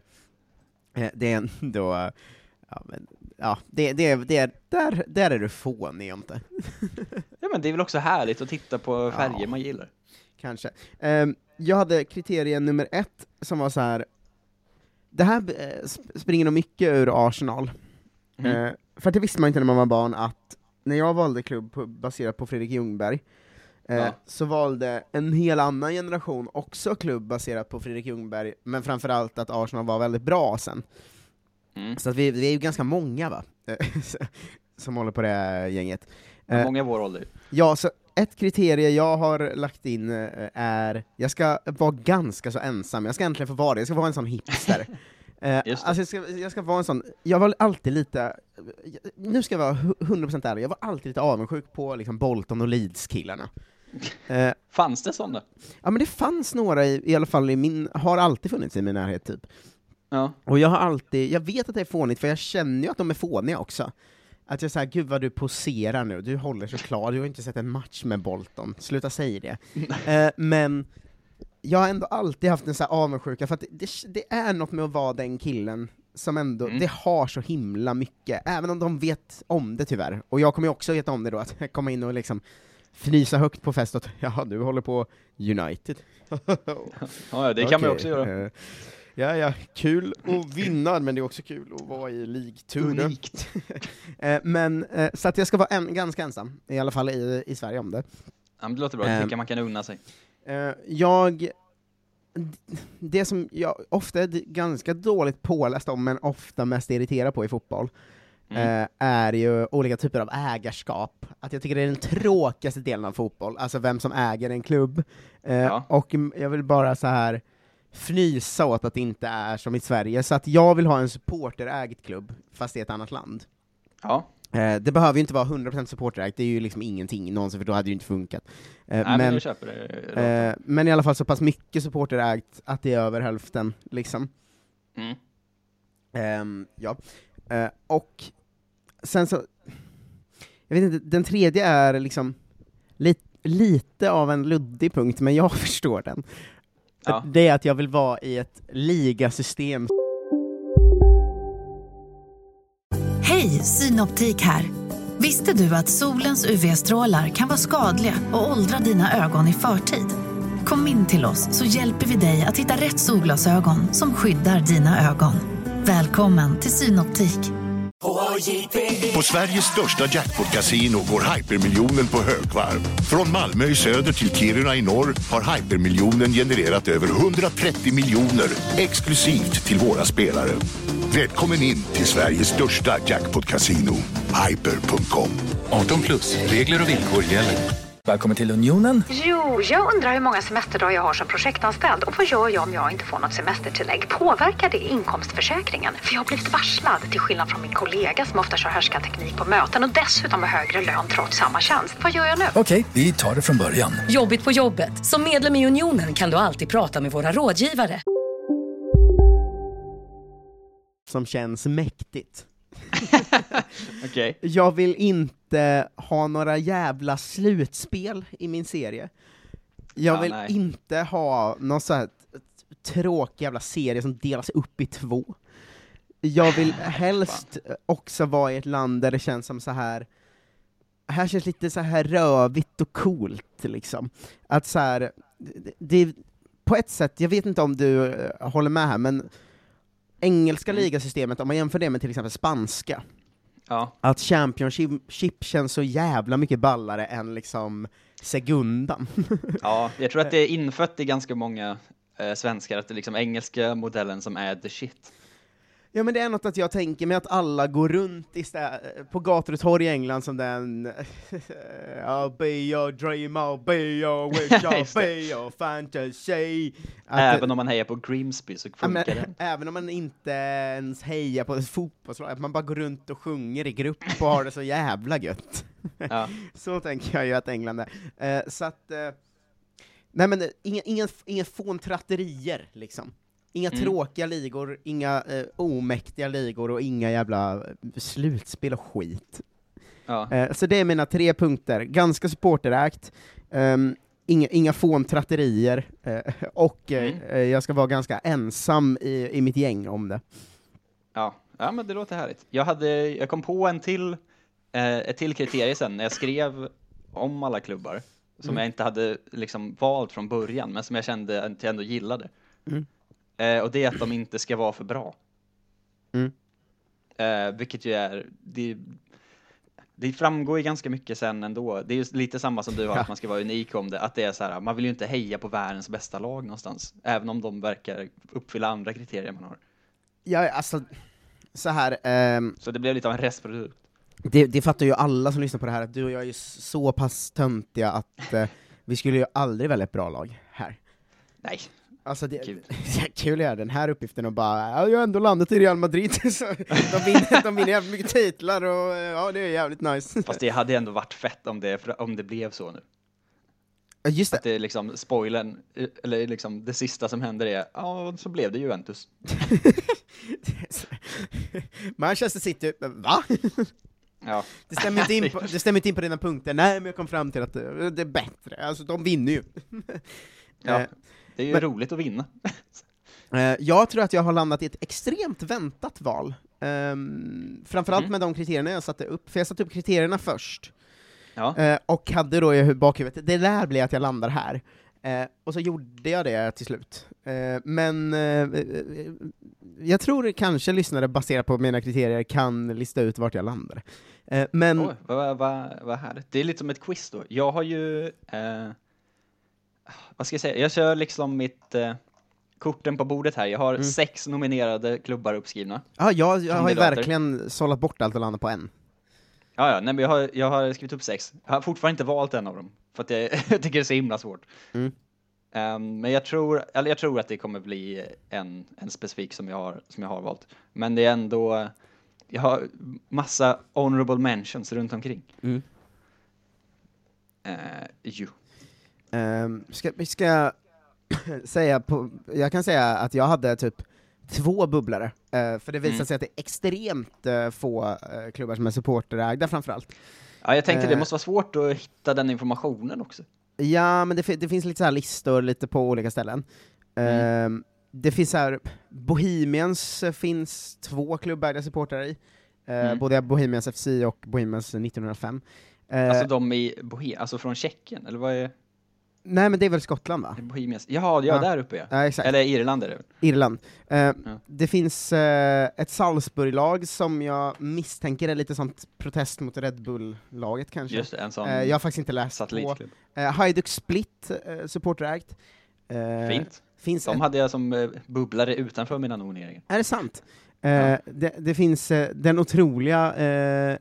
det är ändå ja, men, ja det, det, det är där, där är du fånig inte. Ja, men det är väl också härligt att titta på färger ja, man gillar. Kanske. Um, jag hade kriterien nummer ett som var så här. Det här eh, springer nog mycket ur Arsenal. Mm. Uh, för det visste man inte när man var barn att när jag valde klubb på, baserat på Fredrik Ljungberg uh, ja. så valde en hel annan generation också klubb baserat på Fredrik Ljungberg, men framförallt att Arsenal var väldigt bra sen. Mm. Så att vi, vi är ju ganska många va? som håller på det gänget. Ja, många i vår ålder. Ja, så ett kriterie jag har lagt in är, jag ska vara ganska så ensam, jag ska äntligen få vara det, jag ska vara en sån hipster. uh, alltså jag ska, jag ska vara en sån, jag var alltid lite, nu ska jag vara hundra procent ärlig, jag var alltid lite avundsjuk på liksom Bolton och Leeds-killarna. Uh, fanns det sådana? Ja, men det fanns några, i, i alla fall i min, har alltid funnits i min närhet typ. Ja. Och jag har alltid, jag vet att det är fånigt, för jag känner ju att de är fåniga också. Att jag säger, gud vad du poserar nu, du håller så klar, du har inte sett en match med Bolton, sluta säga det. uh, men jag har ändå alltid haft en så här avundsjuka, för att det, det är något med att vara den killen som ändå, mm. det har så himla mycket, även om de vet om det tyvärr. Och jag kommer ju också veta om det då, att komma in och liksom fnysa högt på fest att ja, du håller på United. Ja, det kan okay. man också göra. Uh, ja, ja, kul att vinna, men det är också kul att vara i League Unikt. uh, men, uh, så att jag ska vara en, ganska ensam, i alla fall i, i Sverige om det. Ja, det låter bra, det tycker uh, man kan unna sig. Uh, jag, det som jag ofta är ganska dåligt påläst om, men ofta mest irriterar på i fotboll, Mm. Uh, är ju olika typer av ägarskap. Att jag tycker det är den tråkigaste delen av fotboll, alltså vem som äger en klubb. Uh, ja. Och jag vill bara så här fnysa åt att det inte är som i Sverige, så att jag vill ha en supporterägd klubb, fast i ett annat land. Ja. Uh, det behöver ju inte vara hundra procent supporterägt, det är ju liksom ingenting någonsin, för då hade det ju inte funkat. Uh, Nej, men, men, köper det uh, men i alla fall så pass mycket supporterägt att det är över hälften, liksom. Mm. Um, ja. Uh, och sen så, jag vet inte, den tredje är liksom li, lite av en luddig punkt, men jag förstår den. Ja. Det är att jag vill vara i ett ligasystem. Hej, Synoptik här. Visste du att solens U V-strålar kan vara skadliga och åldra dina ögon i förtid? Kom in till oss så hjälper vi dig att hitta rätt solglasögon som skyddar dina ögon. Välkommen till Synoptik. På Sveriges största jackpot-casino går hypermiljonen på högvarv. Från Malmö i söder till Kiruna i norr har hypermiljonen genererat över hundratrettio miljoner exklusivt till våra spelare. Välkommen in till Sveriges största jackpot-casino, hyper punkt com. arton plus, regler och villkor gäller. Välkommen till Unionen. Jo, jag undrar hur många semesterdagar jag har som projektanställd. Och vad gör jag om jag inte får något semestertillägg? Påverkar det inkomstförsäkringen? För jag har blivit varslad, till skillnad från min kollega som ofta kör härskarteknik på möten och dessutom har högre lön trots samma tjänst. Vad gör jag nu? Okej, vi tar det från början. Jobbigt på jobbet. Som medlem i Unionen kan du alltid prata med våra rådgivare. Som känns mäktigt. Okay. Jag vill inte ha några jävla slutspel i min serie. Jag ja, vill nej. inte ha någon så här tråkig jävla serie som delas upp i två. Jag vill helst också vara i ett land där det känns som så här. Här känns lite så här rövigt och coolt liksom. Att så här, det, det på ett sätt, jag vet inte om du håller med här, men engelska ligasystemet, om man jämför det med till exempel spanska, ja. Att Championship känns så jävla mycket ballare än liksom segundan. Ja, jag tror att det är infött i ganska många eh, svenskar, att det är liksom engelska modellen som är the shit. Ja, men det är något att jag tänker mig att alla går runt i stä- på gator och torg i England som den I'll be your dream, I'll be your wish, I'll be your fantasy. Att även om man hejar på Grimsby så funkar men, det. Även om man inte ens hejar på ett fotbollslag, att man bara går runt och sjunger i grupp och har det så jävla gött. Ja. Så tänker jag ju att England är. Uh, så att, uh, nej men inga, inga, inga fåntratterier liksom. Inga mm. tråkiga ligor, inga eh, omäktiga ligor och inga jävla slutspel och skit. Ja. Eh, så det är mina tre punkter. Ganska supporterägt, um, inga, inga fåntratterier eh, och mm. eh, jag ska vara ganska ensam i, i mitt gäng om det. Ja, ja men det låter härligt. Jag, hade, jag kom på en till, eh, ett till kriterie sen när jag skrev om alla klubbar som mm. jag inte hade liksom valt från början, men som jag kände att jag ändå gillade. Mm. Eh, och det är att de inte ska vara för bra. Mm. Eh, vilket ju är... Det, det framgår ju ganska mycket sen ändå. Det är ju lite samma som du har, ja. Att man ska vara unik om det. Att det är så här, man vill ju inte heja på världens bästa lag någonstans. Även om de verkar uppfylla andra kriterier man har. Ja, alltså... Så här... Um, så det blev lite av en restprodukt. det, det fattar ju alla som lyssnar på det här, att du och jag är så pass töntiga att eh, vi skulle ju aldrig välja ett bra lag här. Nej. Alltså det kul, kul är den här uppgiften och bara, ja, jag har ändå landat i Real Madrid, så de vinner, de vinner jävligt mycket titlar och ja, det är jävligt nice. Fast det hade ändå varit fett om det, om det blev så nu. Just det. Att det är liksom spoilern, eller liksom det sista som händer är, ja, så blev det Juventus. Manchester City, va? Ja. Det stämmer inte in på, det stämmer inte in på dina punkter. Nej, men jag kom fram till att det, det är bättre. Alltså, de vinner ju. Ja, det är ju men, roligt att vinna. Jag tror att jag har landat i ett extremt väntat val. Um, framförallt mm. med de kriterierna jag satte upp. För jag satte upp kriterierna först. Ja. Uh, och hade då i bakhuvudet, det lär bli att jag landar här. Uh, och så gjorde jag det till slut. Uh, men uh, jag tror kanske lyssnare baserat på mina kriterier kan lista ut vart jag landar. Uh, men... Oj, vad, vad, vad härligt. Det är lite som ett quiz då. Jag har ju... Uh, vad ska jag säga? Jag kör liksom mitt... Uh, korten på bordet här. Jag har mm. sex nominerade klubbar uppskrivna. Ja, jag, jag har ju verkligen sållat bort allt och landat på en. Ja, ja, nej, men jag har, jag har skrivit upp sex. Jag har fortfarande inte valt en av dem. För att jag, jag tycker det är så himla svårt. Mm. Um, men jag tror, eller jag tror att det kommer bli en, en specifik som jag, har, som jag har valt. Men det är ändå... Jag har massa honorable mentions runt omkring. Mm. Uh, ju. Um, ska, ska säga på, jag kan säga att jag hade typ två bubblare, uh, för det visar mm. sig att det är extremt uh, få uh, klubbar som är supporterägda framförallt. Ja, jag tänkte uh, det måste vara svårt att hitta den informationen också. Ja, men det, det finns lite så här listor lite på olika ställen. Mm. Uh, det finns här, Bohemians finns två klubbägda supportrar i, uh, mm. både Bohemians F C och Bohemians nittonhundrafem. Uh, alltså de i Bohem, alltså från Tjeckien, eller vad är... Nej, men det är väl Skottland, va? Bohemians. Jaha, ja, ja, där uppe, ja. Ja, exakt. Eller Irland är det. Irland. Uh, ja. Det finns uh, ett Salzburg-lag som jag misstänker är lite sånt protest mot Red Bull-laget, kanske. Just det, en sån uh, jag har faktiskt inte läst satellitklubb. på. Uh, Hajduk Split, uh, supporterägt. Uh, Fint. Finns De ett... hade jag som uh, bubblare utanför mina nomineringar. Är det sant? Uh, ja. det, det finns uh, den otroliga uh,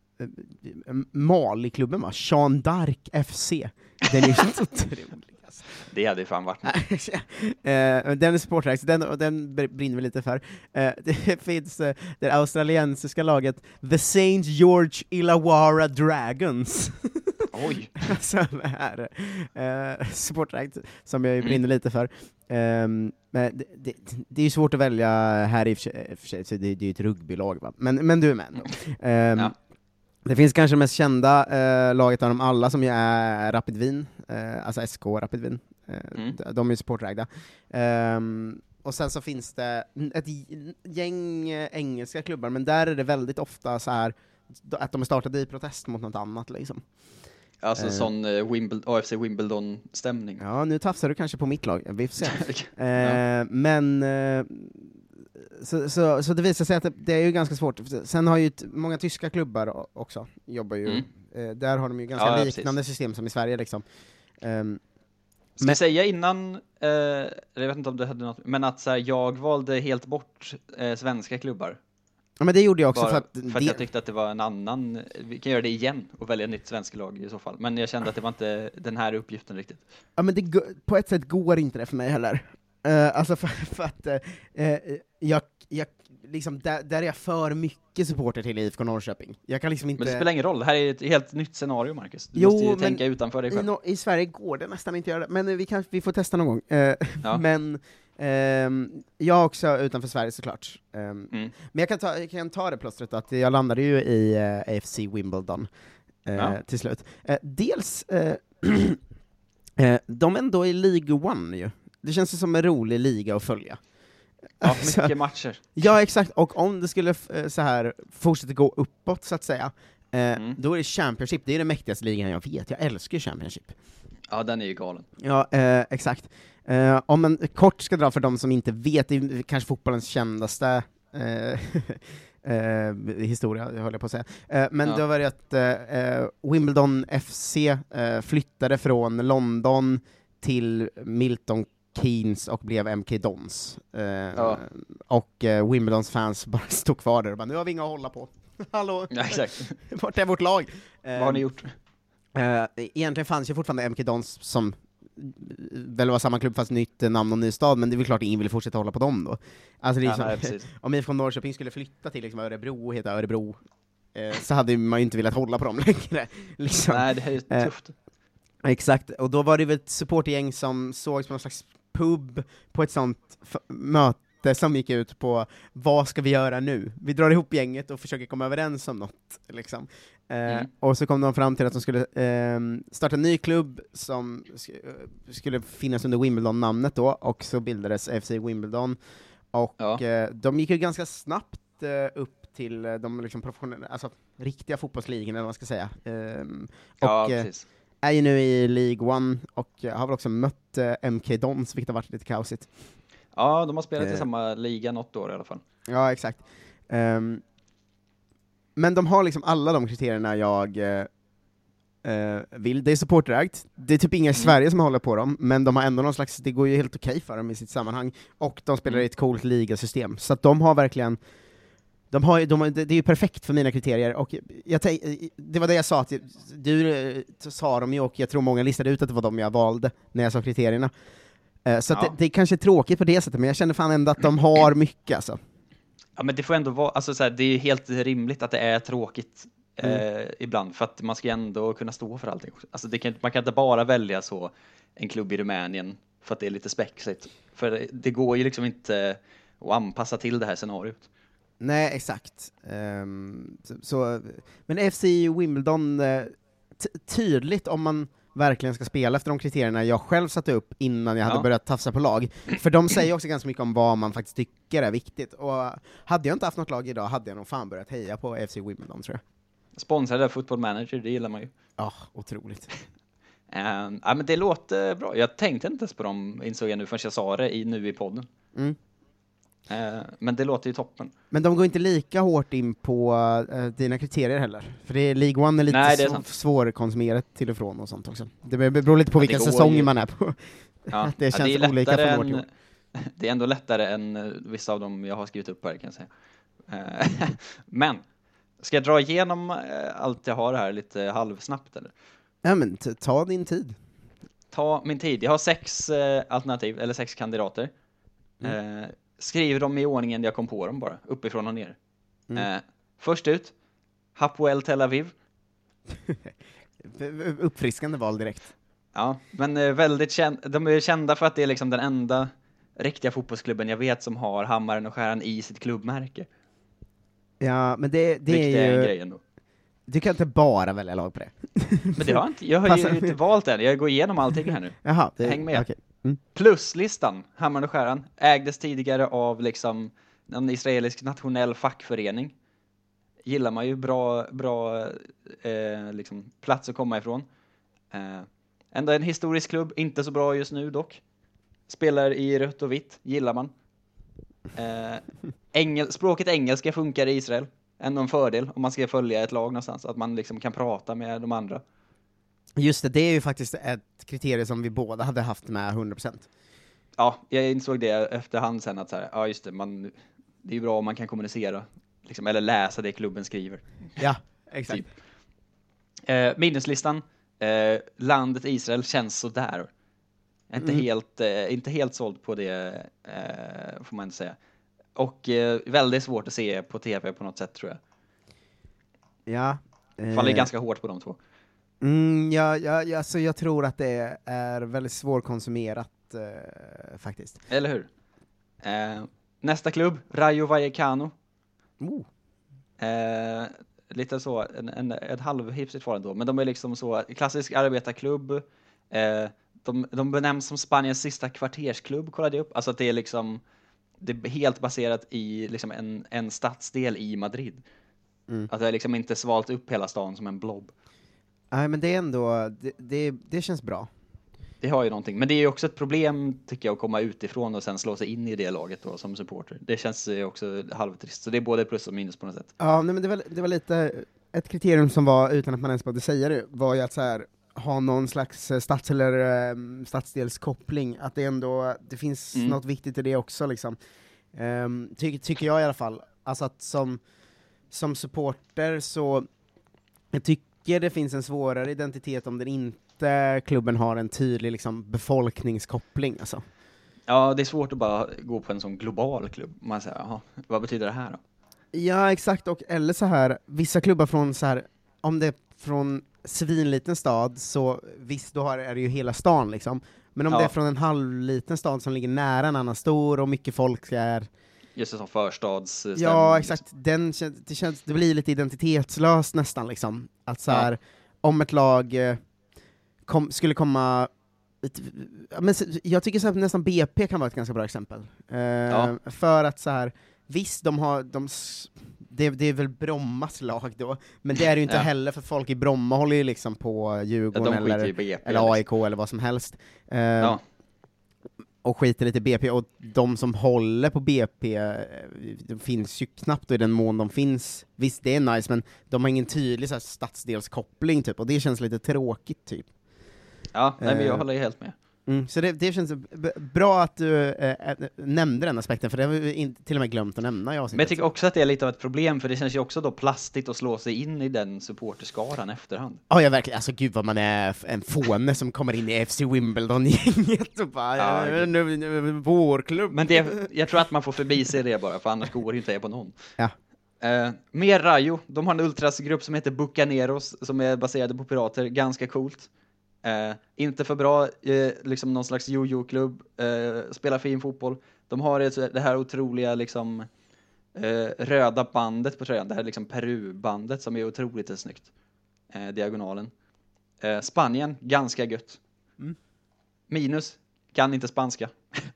Mali-klubben, va? Jeanne d'Arc F C. Den är ju så otrolig. Det hade fan varit uh, Den är supporträkt, den, och den brinner vi lite för. Uh, det finns uh, det australiensiska laget The Saint George Illawarra Dragons. Oj! Som är uh, supporträkt, som jag brinner mm. lite för. Um, men det, det, det är ju svårt att välja här i och för sig, så det, det är ju ett rugbylag, va? Men, men du är med ändå. Um, ja. Det finns kanske det mest kända eh, laget av dem alla som ju är Rapid Wien, eh, alltså S K Rapid Wien. Eh, mm. De är ju supporträgda. Um, och sen så finns det ett gäng engelska klubbar, men där är det väldigt ofta så här att de är startade i protest mot något annat, liksom. Alltså uh, sån uh, Wimbledon, A F C Wimbledon-stämning. Ja, nu tafsar du kanske på mitt lag, vi får se. ja. uh, men... Uh, Så, så, så det visar sig att det, det är ju ganska svårt. Sen har ju t- många tyska klubbar också, jobbar ju, mm. eh, där har de ju ganska ja, liknande precis. system som i Sverige, liksom. Um, Ska men... jag säga innan, eh, jag vet inte om du hade något, men att så här, jag valde helt bort eh, svenska klubbar. Ja, men det gjorde jag också. Bara för att, för det... att jag tyckte att det var en annan, vi kan göra det igen och välja ett nytt svenska lag i så fall. Men jag kände att det var inte den här uppgiften riktigt. Ja, men det, på ett sätt går inte det för mig heller. Uh, alltså för, för att uh, jag, jag liksom, där, där är jag för mycket supporter till I F K Norrköping. Jag kan liksom inte... Men det spelar ingen roll, det här är ett helt nytt scenario, Marcus. Du jo, måste ju tänka utanför dig själv. I, no, I Sverige går det nästan inte göra det, men vi, kan, vi får testa någon gång. Uh, ja. Men uh, jag också utanför Sverige såklart. Um, mm. Men jag kan, ta, jag kan ta det plötsligt att jag landade ju i uh, A F C Wimbledon uh, ja. till slut. Uh, dels, uh, uh, de är ändå i League One ju. Det känns ju som en rolig liga att följa. Ja, mycket alltså, matcher. Ja, exakt. Och om det skulle f- så här fortsätta gå uppåt, så att säga, eh, mm. då är det Championship. Det är den mäktigaste ligan jag vet. Jag älskar Championship. Ja, den är ju galen. Ja, eh, exakt. Eh, om man kort ska dra för de som inte vet, det är kanske fotbollens kändaste eh, eh, historia, jag håller på att säga. Eh, men ja. det var det att eh, Wimbledon F C eh, flyttade från London till Milton Keynes och blev M K Dons. Eh, ja. Och eh, Wimbledons fans bara stod kvar där och bara, nu har vi inga att hålla på. Hallå? Ja, exakt. Vart är vårt lag? Vad har ni gjort? Uh, egentligen fanns ju fortfarande M K Dons som väl var samma klubb fast nytt namn och ny stad, men det är väl klart att ingen vill fortsätta hålla på dem då. Alltså det är ja, som, nej, om I F K Norrköping skulle flytta till liksom Örebro och heta Örebro, eh, så hade man ju inte velat hålla på dem längre. Liksom. Nej, det här är tufft. Eh, exakt, och då var det väl ett supportergäng som sågs på någon slags pub på ett sånt f- möte som gick ut på vad ska vi göra nu? Vi drar ihop gänget och försöker komma överens om något. Liksom. Eh, mm. Och så kom de fram till att de skulle eh, starta en ny klubb som sk- skulle finnas under Wimbledon-namnet då, och så bildades F C Wimbledon. Och ja. eh, de gick ju ganska snabbt eh, upp till eh, de liksom professionella, alltså riktiga fotbollsligorna, eller vad man ska säga. Eh, och ja, eh, är ju nu i League One, och har väl också mött eh, M K Dons, vilket har varit lite kaosigt. Ja, de har spelat eh. i samma liga något år i alla fall. Ja, exakt. Um, men de har liksom alla de kriterierna jag uh, uh, vill. Det är supporterägt. Det är typ inga i Sverige mm. som håller på dem, men de har ändå någon slags, det går ju helt okej för dem i sitt sammanhang. Och de spelar mm. i ett coolt ligasystem. Så att de har verkligen, de har, de har, det är ju perfekt för mina kriterier. Och jag te- det var det jag sa, att du sa dem ju, och jag tror många listade ut att det var de jag valde när jag sa kriterierna. Uh, så att ja. det, det är kanske tråkigt på det sättet, men jag känner fan ändå att de har mycket alltså. Ja, men det får ändå vara, alltså så här, det är helt rimligt att det är tråkigt eh, mm. ibland, för att man ska ändå kunna stå för allting. Alltså det kan, man kan inte bara välja så en klubb i Rumänien för att det är lite spexigt. För det, det går ju liksom inte att anpassa till det här scenariot. Nej, exakt. Um, så, så, men F C Wimbledon, t- tydligt om man verkligen ska spela efter de kriterierna jag själv satte upp innan jag hade ja. börjat tafsa på lag. För de säger också ganska mycket om vad man faktiskt tycker är viktigt. Och hade jag inte haft något lag idag hade jag nog fan börjat heja på F C Wimbledon, tror jag. Sponsrade av Football Manager, det gillar man ju. Ja, otroligt. um, ja, men det låter bra. Jag tänkte inte ens på dem, insåg jag nu, förrän jag sa det i, nu i podden. Mm. Uh, men det låter ju toppen. Men de går inte lika hårt in på uh, dina kriterier heller. För det är League One är lite Nej, det är sv- svårkonsumerat till och från och sånt också. Det beror lite på ja, vilken säsong ju. man är på. Ja. Det känns ja, det är olika från än, år till år. Det är ändå lättare än vissa av dem jag har skrivit upp här, kan jag säga. Uh, men, ska jag dra igenom uh, allt jag har här lite halvsnabbt, eller? Ja, men t- ta din tid. Ta min tid. Jag har sex uh, alternativ, eller sex kandidater. Mm. Uh, Skriver dem i ordningen jag kom på dem bara, uppifrån och ner. Mm. Eh, först ut, Hapoel Tel Aviv. Uppfriskande val direkt. Ja, men eh, väldigt känd, de är kända för att det är liksom den enda riktiga fotbollsklubben jag vet som har hammaren och skäran i sitt klubbmärke. Ja, men det, det Vilket är ju... en grej ändå. Du kan inte bara välja lag på det. Men det har jag inte, jag har ju inte valt än. Jag går igenom allting här nu. Jaha, det, häng med. Okay. Mm. Pluslistan, hammaren och skäran, ägdes tidigare av liksom en israelisk nationell fackförening. Gillar man ju, bra, bra eh, liksom plats att komma ifrån. Eh, ändå en historisk klubb, inte så bra just nu dock. Spelar i rött och vitt, gillar man. Eh, engel, språket engelska funkar i Israel. Ändå en fördel om man ska följa ett lag någonstans, att man liksom kan prata med de andra. Just det, det är ju faktiskt ett kriterium som vi båda hade haft med hundra procent. Ja, jag insåg det efterhand sen att så här, ja just det, man, det är ju bra om man kan kommunicera liksom, eller läsa det klubben skriver. Ja, exakt. Typ. Eh, minneslistan, eh, landet Israel känns så där. Inte, mm. helt, eh, inte helt såld på det, eh, får man inte säga. Och eh, väldigt svårt att se på tv på något sätt, tror jag. Ja. Eh... Faller ganska hårt på de två. Mm, ja, ja, ja, så jag tror att det är väldigt svårkonsumerat eh, faktiskt. Eller hur? Eh, nästa klubb, Rayo Vallecano. Oh. Eh, lite så, en, en, ett halvhipsigt var ändå. Men de är liksom så, klassisk arbetarklubb. Eh, de, de benämns som Spaniens sista kvartersklubb, kollade jag upp. Alltså att det är liksom, det är helt baserat i liksom en, en stadsdel i Madrid. Mm. Att det är liksom inte svalt upp hela stan som en blob. Nej, men det är ändå, det, det, det känns bra. Det har ju någonting. Men det är ju också ett problem, tycker jag, att komma utifrån och sen slå sig in i det laget då, som supporter. Det känns också halvtrist. Så det är både plus och minus på något sätt. Ja, nej, men det var, det var lite, ett kriterium som var, utan att man ens behövde säga det, var ju att så här, ha någon slags stads- eller um, stadsdelskoppling. Att det ändå, det finns mm. något viktigt i det också liksom. Um, ty, tycker jag i alla fall. Alltså att som som supporter så jag tycker det finns en svårare identitet om den inte klubben har en tydlig liksom, befolkningskoppling. Alltså. Ja, det är svårt att bara gå på en sån global klubb. Man säger, jaha, vad betyder det här då? Ja, exakt. Och eller så här, vissa klubbar från så här, om det är från svinliten stad, så visst, då har, är det ju hela stan liksom. Men om ja. det är från en halvliten stad som ligger nära en annan stor och mycket folk är... Just det, som förstads... Ja, exakt. Den, det, känns, det blir lite identitetslöst nästan liksom. Att så här, ja. om ett lag eh, kom, skulle komma... Men jag tycker så här, nästan B P kan vara ett ganska bra exempel. Eh, ja. För att så här, visst, de har... De, det, det är väl Brommas lag då, men det är det ju inte ja. heller, för folk i Bromma håller ju liksom på Djurgården ja, eller, B P, eller A I K liksom. Eller vad som helst. Eh, ja. Och skiter lite B P, och de som håller på B P de finns ju knappt, och i den mån de finns, visst det är nice, men de har ingen tydlig så här, stadsdelskoppling typ, och det känns lite tråkigt typ. Ja, nej, men jag eh, håller ju helt med. Mm, så det, det känns b- bra att du äh, nämnde den aspekten, för det har vi in, till och med glömt att nämna. Jag men jag tycker också att det är lite av ett problem, för det känns ju också då plastigt att slå sig in i den supporterskaran efterhand. Ja, jag verkligen. Alltså gud vad man är en fåne som kommer in i F C Wimbledon-gänget och bara, ja, nu, nu, vår klubb. Men det, jag tror att man får förbi sig det bara, för annars går det inte på någon. Ja. Uh, mer Rayo, de har en ultrasgrupp som heter Bucaneros, som är baserade på pirater, ganska coolt. Uh, inte för bra, uh, liksom någon slags jojo-klubb, uh, spelar fin fotboll. De har ett, det här otroliga liksom, uh, röda bandet på tröjan, det här liksom Peru-bandet som är otroligt snyggt. Uh, diagonalen. Uh, Spanien, ganska gött. Mm. Minus, kan inte spanska.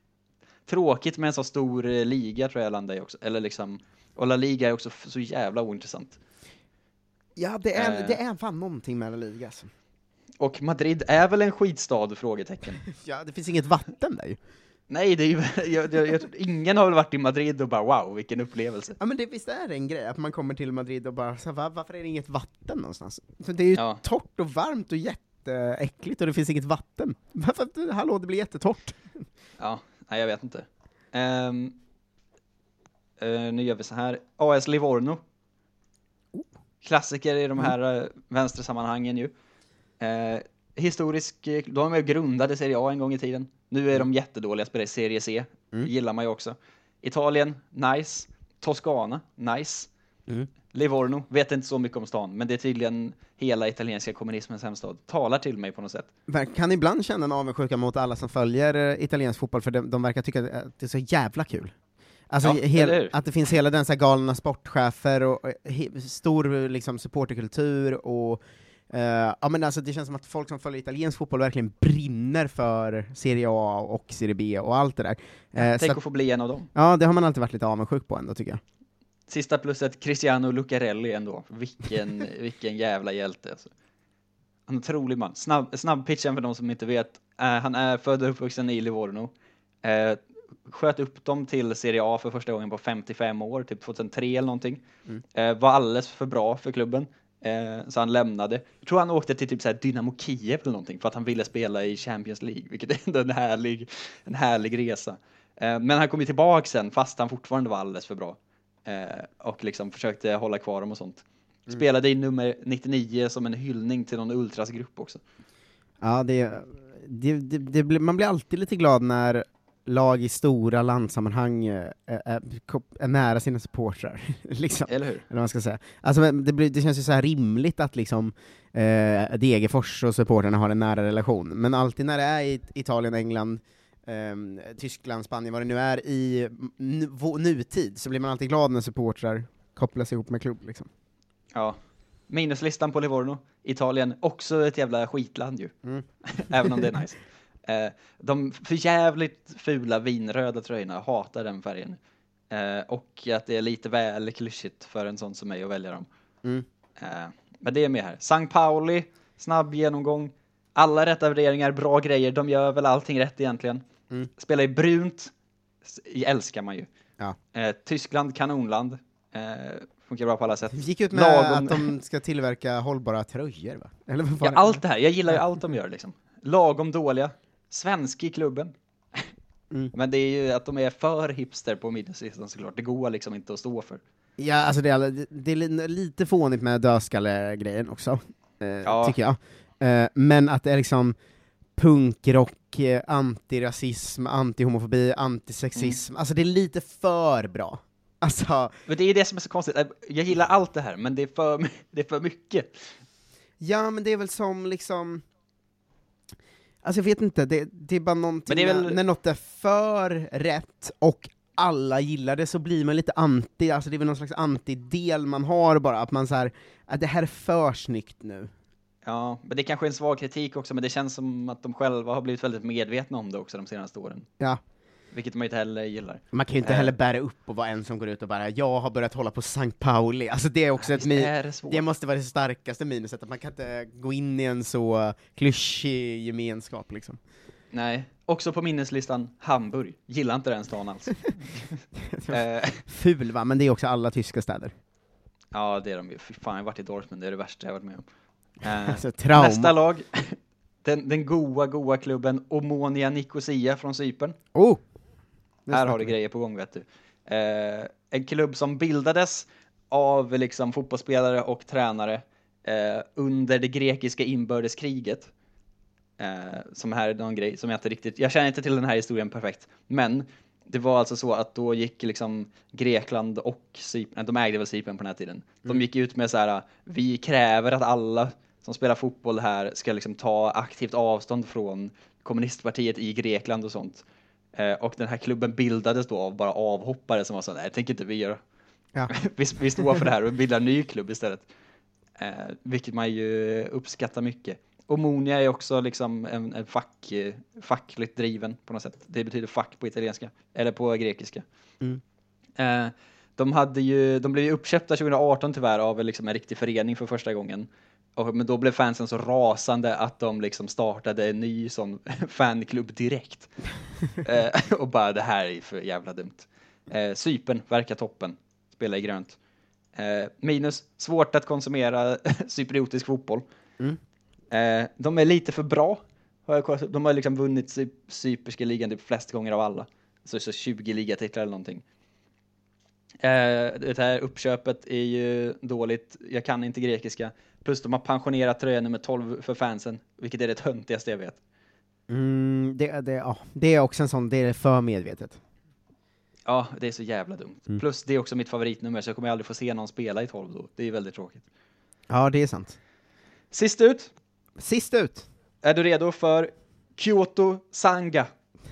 Tråkigt med en så stor uh, liga tror jag landar i också. Eller liksom, och La Liga är också f- så jävla ointressant. Ja, det är, uh, det är fan någonting med La Liga alltså. Och Madrid är väl en skitstad, frågetecken. Ja, det finns inget vatten där ju. Nej, det är ju, jag, jag, jag, ingen har väl varit i Madrid och bara wow, vilken upplevelse. Ja, men det, visst är det en grej att man kommer till Madrid och bara, så, var, varför är det inget vatten någonstans? För det är ju ja. torrt och varmt och jätteäckligt och det finns inget vatten. Varför, hallå, det blir jättetorrt. Ja, nej, jag vet inte. Um, uh, nu gör vi så här. A S Livorno. Oh. Klassiker i de här mm. uh, vänstersammanhangen ju. Eh, historisk, de är grundade Serie A en gång i tiden. Nu är de jättedåliga, spelar i Serie C. Mm. Gillar man ju också. Italien, nice. Toscana, nice. Mm. Livorno, vet inte så mycket om stan, men det är tydligen hela italienska kommunismens hemstad. Talar till mig på något sätt. Kan ibland känna en avundsjuka mot alla som följer uh, italiensk fotboll, för de, de verkar tycka att det är så jävla kul. Alltså ja, hel, att det finns hela den så här galna sportchefer och, och he, stor liksom, supporterkultur och Uh, ja, men alltså det känns som att folk som följer italiensk fotboll verkligen brinner för Serie A och Serie B och allt det där. Uh, Tänk att, att få bli en av dem. Ja, det har man alltid varit lite avundsjuk på ändå, tycker jag. Sista plusset, Cristiano Lucarelli ändå. Vilken, vilken jävla hjälte. Alltså. En otrolig man. Snabb, snabb pitchen för de som inte vet. Uh, han är född och uppvuxen i Livorno. Uh, sköt upp dem till Serie A för första gången på femtiofem år, typ tjugohundratre eller någonting. Mm. Uh, var alldeles för bra för klubben. Eh, så han lämnade. Jag tror han åkte till typ så här Dynamo Kiev eller någonting för att han ville spela i Champions League, vilket är ändå en härlig, en härlig resa. Eh, men han kom ju tillbaka sen fast han fortfarande var alldeles för bra. Eh, och liksom försökte hålla kvar dem och sånt. Mm. Spelade i nummer nittionio som en hyllning till någon ultrasgrupp också. Ja, det, det, det, det blir, man blir alltid lite glad när lag i stora landsammanhang är, är, är nära sina supportrar. liksom. Eller hur? Eller vad man ska säga. Alltså, det, blir, det känns ju så här rimligt att liksom, eh, Degerfors och supportrarna har en nära relation. Men alltid när det är i Italien, England, eh, Tyskland, Spanien, vad det nu är i nu, nutid, så blir man alltid glad när supportrar kopplas ihop med klubb. Liksom. Ja. Minuslistan på Livorno. Italien, också ett jävla skitland ju. Mm. Även om det är nice. Eh, de för jävligt fula vinröda tröjorna, hatar den färgen. Eh, och att det är lite väl klyschigt för en sån som mig att välja dem. Mm. Eh, men det är med här. San Pauli, snabb genomgång. Alla rätta värderingar, bra grejer. De gör väl allting rätt egentligen. Mm. Spelar i brunt, älskar man ju. Ja. Eh, Tyskland, kanonland. Eh, funkar bra på alla sätt. Gick ut med Lagom... att de ska tillverka hållbara tröjor, va? Eller vad ja, allt det här. Jag gillar ju allt de gör liksom. Lagom dåliga. Svensk i klubben. Mm. Men det är ju att de är för hipster på middagslistan såklart. Det går liksom inte att stå för. Ja, alltså det är, det är lite fånigt med dödskalle-grejen också, eh, ja. tycker jag. Eh, men att det är liksom punkrock, eh, antirasism, antihomofobi, antisexism, mm. alltså det är lite för bra. Alltså, men det är det som är så konstigt. Jag gillar allt det här, men det är för, det är för mycket. Ja, men det är väl som liksom... Alltså jag vet inte, det, det är bara någonting, det är väl... när, när något är för rätt och alla gillar det så blir man lite anti, alltså det är väl någon slags antidel man har bara, att man så här, att det här är för snyggt nu. Ja, men det är kanske en svag kritik också, men det känns som att de själva har blivit väldigt medvetna om det också de senaste åren. Ja. Vilket man inte heller gillar. Man kan ju inte heller bära upp och vara en som går ut och bara, jag har börjat hålla på Sankt Pauli. Alltså det är också ja, ett min- är det, det måste vara det starkaste minuset, att man kan inte gå in i en så klyschig gemenskap liksom. Nej, också på minneslistan Hamburg. Gillar inte den stan alls. Ful va, men det är också alla tyska städer. Ja, det är de ju. Fy fan, jag har varit i Dortmund, det är det värsta jag har varit med om. Eh, alltså, trauma. Nästa lag, den, den goa, goa klubben Omonia Nicosia från Cypern. Oh! Här har du grejer på gång, vet du. Eh, en klubb som bildades av liksom fotbollsspelare och tränare eh, under det grekiska inbördeskriget. Eh, som här är någon grej som jag inte riktigt... Jag känner inte till den här historien perfekt. Men det var alltså så att då gick liksom Grekland och Cypern... De ägde väl Cypern på den här tiden. De Mm. gick ut med så här: vi kräver att alla som spelar fotboll här ska liksom ta aktivt avstånd från kommunistpartiet i Grekland och sånt. Eh, och den här klubben bildades då av bara avhoppare som var så: nej, det tänker inte vi göra. Ja. vi, vi står för det här och bildar en ny klubb istället. Eh, vilket man ju uppskattar mycket. Omonia är också liksom en, en fack, fackligt driven på något sätt. Det betyder fack på italienska. Eller på grekiska. Mm. Eh, de, hade ju, de blev ju uppköpta tjugo arton tyvärr av liksom en riktig förening för första gången. Och, men då blev fansen så rasande att de liksom startade en ny sån fanklubb direkt. eh, och bara, det här är för jävla dumt. Eh, Cypern verkar toppen. Spelar i grönt. Eh, minus, svårt att konsumera cypriotisk fotboll. Mm. Eh, de är lite för bra. De har liksom vunnit cy- cyperska ligan typ flest gånger av alla. Så, så tjugo ligatitlar eller någonting. Eh, det här uppköpet är ju dåligt. Jag kan inte grekiska. Plus de har pensionerat tröja nummer tolv för fansen. Vilket är det töntigaste jag vet. Mm, det, det, ja, det är också en sån, det är för medvetet. Ja, det är så jävla dumt. Mm. Plus det är också mitt favoritnummer, så jag kommer aldrig få se någon spela i tolv då. Det är väldigt tråkigt. Ja, det är sant. Sist ut. Sist ut. Är du redo för Kyoto Sanga?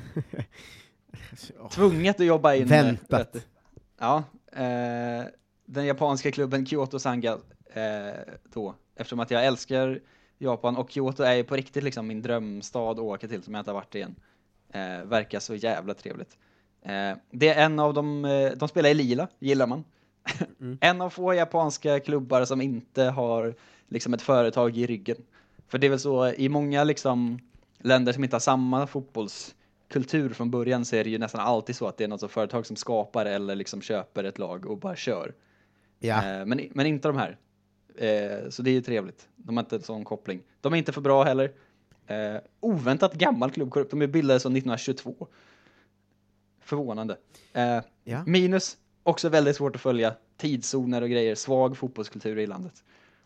Tvunget att jobba in. Väntat. Rätt. Ja, eh, den japanska klubben Kyoto Sanga eh, då. Eftersom att jag älskar Japan, och Kyoto är på riktigt liksom min drömstad att åka till som jag inte har varit igen. Eh, verkar så jävla trevligt. Eh, det är en av dem, eh, de spelar i lila, gillar man. Mm. En av få japanska klubbar som inte har liksom ett företag i ryggen. För det är väl så, i många liksom länder som inte har samma fotbollskultur från början, så är det ju nästan alltid så att det är något företag som skapar eller liksom köper ett lag och bara kör. Ja. Eh, men, men inte de här. Eh, så det är ju trevligt. De har inte en sån koppling. De är inte för bra heller. Eh, oväntat gammal klubb. De är bildade som nittonhundratjugotvå. Förvånande. Eh, ja. Minus, också väldigt svårt att följa. Tidszoner och grejer. Svag fotbollskultur i landet.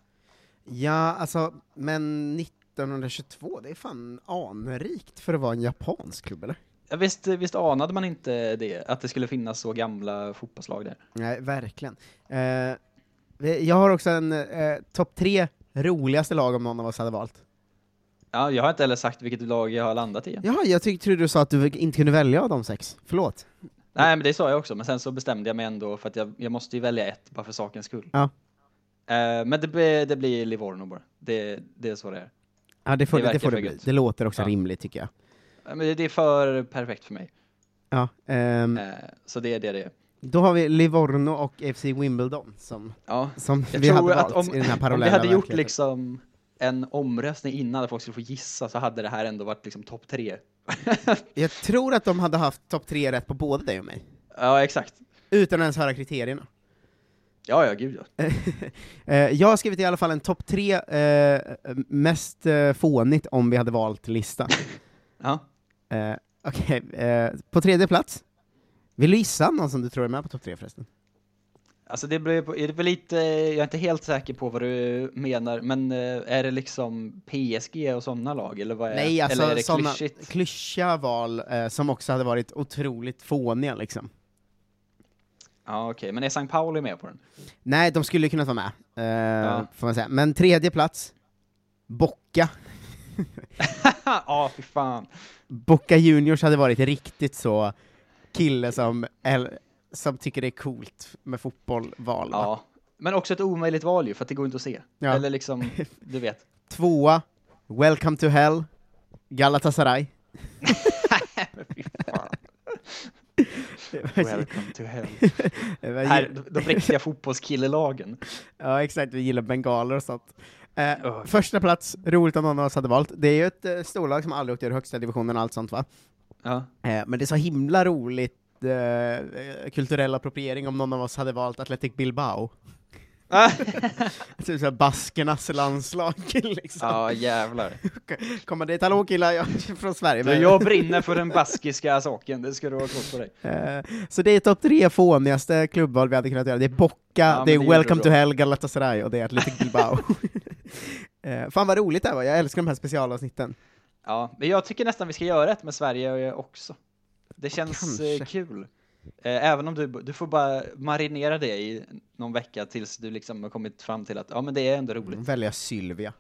Ja, alltså, men nittonhundratjugotvå, det är fan anrikt för att vara en japansk klubb, eller? Ja, visst, visst anade man inte det, att det skulle finnas så gamla fotbollslag där. Nej, verkligen. Eh, jag har också en eh, topp tre roligaste lag om någon av oss hade valt. Ja, jag har inte heller sagt vilket lag jag har landat i. Ja, jag tyckte du sa att du inte kunde välja av de sex. Förlåt. Nej, men det sa jag också. Men sen så bestämde jag mig ändå för att jag, jag måste ju välja ett bara för sakens skull. Ja. Uh, men det, det blir Livorno bara. Det, det är så det är. Ja, det får det, det, får det bli. Gött. Det låter också ja. rimligt, tycker jag. Ja, men det, det är för perfekt för mig. Ja. Um, uh, så det är det det är. Då har vi Livorno och F C Wimbledon som, ja. som jag vi tror hade att valt om, i den här parallella om vi hade gjort verkligheten. liksom en omröstning innan att folk skulle få gissa, så hade det här ändå varit liksom topp tre. Jag tror att de hade haft topp tre rätt på både dig och mig. Ja, exakt. Utan att ens höra kriterierna. Ja, ja, gud ja. Jag har skrivit i alla fall en topp tre eh, mest eh, fånigt om vi hade valt listan. Ja. Eh, Okej, okay. eh, på tredje plats. Vill du gissa någon som du tror är med på topp tre förresten? Alltså det blir är det väl lite, jag är inte helt säker på vad du menar, men är det liksom P S G och sådana lag eller vad är? Nej, alltså eller är det såna klyschigt? klyschiga val eh, som också hade varit otroligt fåniga liksom. Ja, okej, okay. Men är Sankt Pauli med på den? Nej, de skulle ju kunnat vara med. Eh, ja. Får man säga. Men tredje plats Boca. Ja, ah, fy fan. Boca Juniors hade varit riktigt så kille som som tycker det är coolt med fotbollval. Ja, va? Men också ett omöjligt val ju, för att det går inte att se. Ja. Eller liksom, du vet. Tvåa, Welcome to Hell, Galatasaray. Fy fan. Welcome to Hell. Här, de riktiga fotbollskillelagen. Ja, exakt, vi gillar bengaler och sånt. Eh, oh. Första plats, roligt om någon av oss hade valt. Det är ju ett eh, storlag som aldrig åkt ur högsta divisionen och allt sånt, va? Ja. Eh, men det är så himla roligt eh, kulturell appropriering om någon av oss hade valt Athletic Bilbao. Typ såhär baskernas landslag liksom. Ja, jävlar. Kommer det, hallå killar, jag är från Sverige. Men... Jag brinner för den baskiska saken, det ska du ha klart på dig. Uh, så det är topp tre fånigaste klubbval vi hade kunnat göra. Det är Boca, ja, det är det Welcome to Hell, Galatasaray och det är Athletic Bilbao. uh, fan vad roligt det här var, jag älskar de här specialavsnitten. Ja, men jag tycker nästan vi ska göra ett med Sverige också. Det känns Kanske. kul. Även om du, du får bara marinera det i någon vecka tills du liksom har kommit fram till att ja, men det är ändå roligt. Välja Sylvia.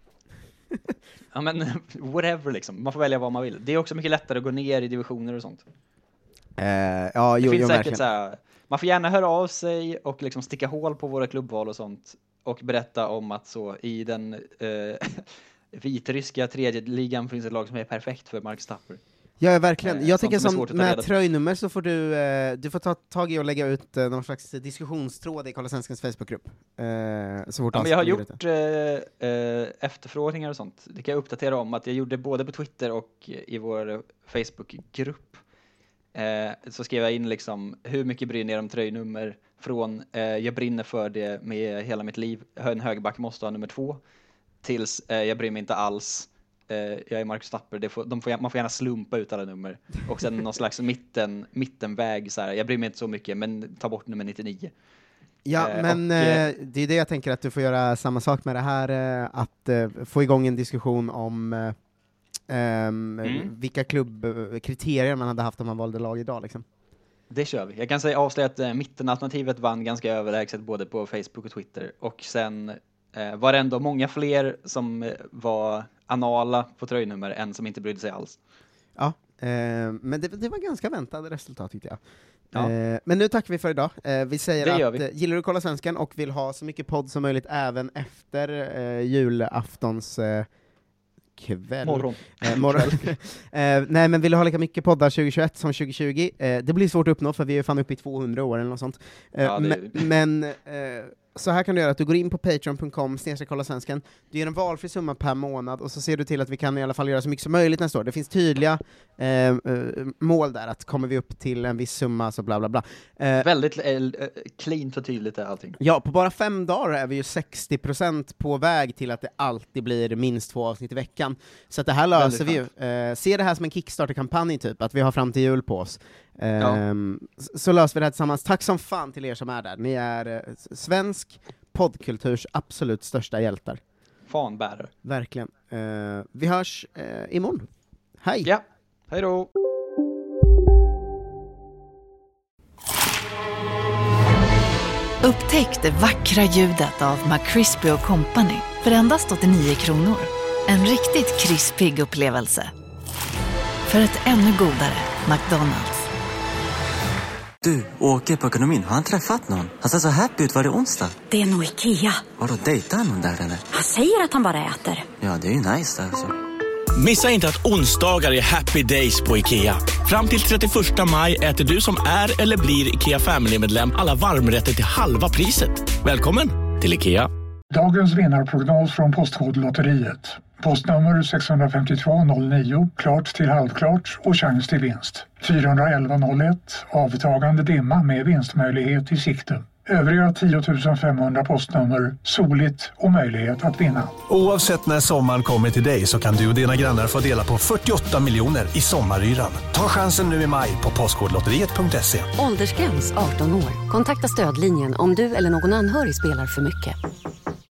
Ja, men whatever liksom. Man får välja vad man vill. Det är också mycket lättare att gå ner i divisioner och sånt. Uh, ja, jo, det finns jo, säkert så här, man får gärna höra av sig och liksom sticka hål på våra klubbval och sånt och berätta om att så i den eh, vitryska tredje ligan finns ett lag som är perfekt för Max Tapper. Ja, verkligen. Jag tycker som med tröjnummer så får du eh, du får ta tag i och lägga ut eh, någon slags diskussionstråd i Karlasvenskans Facebookgrupp. Eh, så fort ja, men jag har gjort eh, eh, efterfrågningar och sånt. Det kan jag uppdatera om att jag gjorde både på Twitter och i vår Facebookgrupp. Eh, så skrev jag in liksom hur mycket brinner om tröjnummer från eh, jag brinner för det med hela mitt liv. En högback måste ha nummer två. Tills eh, jag bryr mig inte alls. Jag är Marcus Tapper, det får, de får, man får gärna slumpa ut alla nummer. Och sen någon slags mitten, mittenväg så här. Jag bryr mig inte så mycket, men ta bort nummer nittionio. Ja, eh, men och, eh, det är det jag tänker att du får göra samma sak med det här, eh, att eh, få igång en diskussion om eh, mm. vilka klubbkriterier man hade haft om man valde lag idag liksom. Det kör vi. Jag kan säga avslöja att eh, mittenalternativet vann ganska överlägset både på Facebook och Twitter. Och sen eh, var det ändå många fler som eh, var anala på tröjnummer än som inte brydde sig alls. Ja, eh, men det, det var ganska väntade resultat tyckte jag. Ja. Eh, men nu tackar vi för idag. Eh, vi säger att vi. Eh, gillar du Kolla Svenskan och vill ha så mycket podd som möjligt även efter eh, julaftons eh, kväll. Morgon. Eh, morgon. eh, nej, men vill du ha lika mycket poddar tjugohundratjugoett som tjugotjugo? Eh, det blir svårt att uppnå för vi är fan uppe i tvåhundra år eller något sånt. Eh, ja, men men eh, så här kan du göra att du går in på patreon punkt com snedstreck kolla svenskan. Du ger en valfri summa per månad och så ser du till att vi kan i alla fall göra så mycket som möjligt nästa år. Det finns tydliga eh, eh, mål där, att kommer vi upp till en viss summa så bla bla bla. Eh, Väldigt eh, cleant och tydligt är allting. Ja, på bara fem dagar är vi ju sextio procent på väg till att det alltid blir minst två avsnitt i veckan. Så att det här löser vi ju. Eh, se det här som en Kickstarter-kampanj typ, att vi har fram till jul på oss. Ja. Um, så löser vi det här tillsammans. Tack som fan till er som är där. Ni är uh, svensk poddkulturs absolut största hjältar. Fanbärare. Verkligen. Uh, vi hörs uh, imorgon. Hej! Ja, hej då! Upptäck det vackra ljudet av McCrispy och Company för endast åttionio kronor. En riktigt krispig upplevelse. För ett ännu godare McDonald's. Du, åker på ekonomin. Har han träffat någon? Han ser så happy ut. Var det onsdag? Det är nog Ikea. Har du dejtat någon där eller? Han säger att han bara äter. Ja, det är ju nice där alltså. Missa inte att onsdagar är happy days på Ikea. Fram till trettioförsta maj äter du som är eller blir Ikea Family-medlem alla varmrätter till halva priset. Välkommen till Ikea. Dagens vinnarprognos från Postkodlotteriet. Postnummer sex fem två noll nio, klart till halvklart och chans till vinst. fyra ett ett noll ett, avtagande dimma med vinstmöjlighet i sikte. Övriga tio femhundra postnummer soligt och möjlighet att vinna. Oavsett när sommaren kommer till dig så kan du och dina grannar få dela på fyrtioåtta miljoner i sommaryran. Ta chansen nu i maj på postkodlotteriet punkt se. Åldersgräns arton år. Kontakta stödlinjen om du eller någon anhörig spelar för mycket.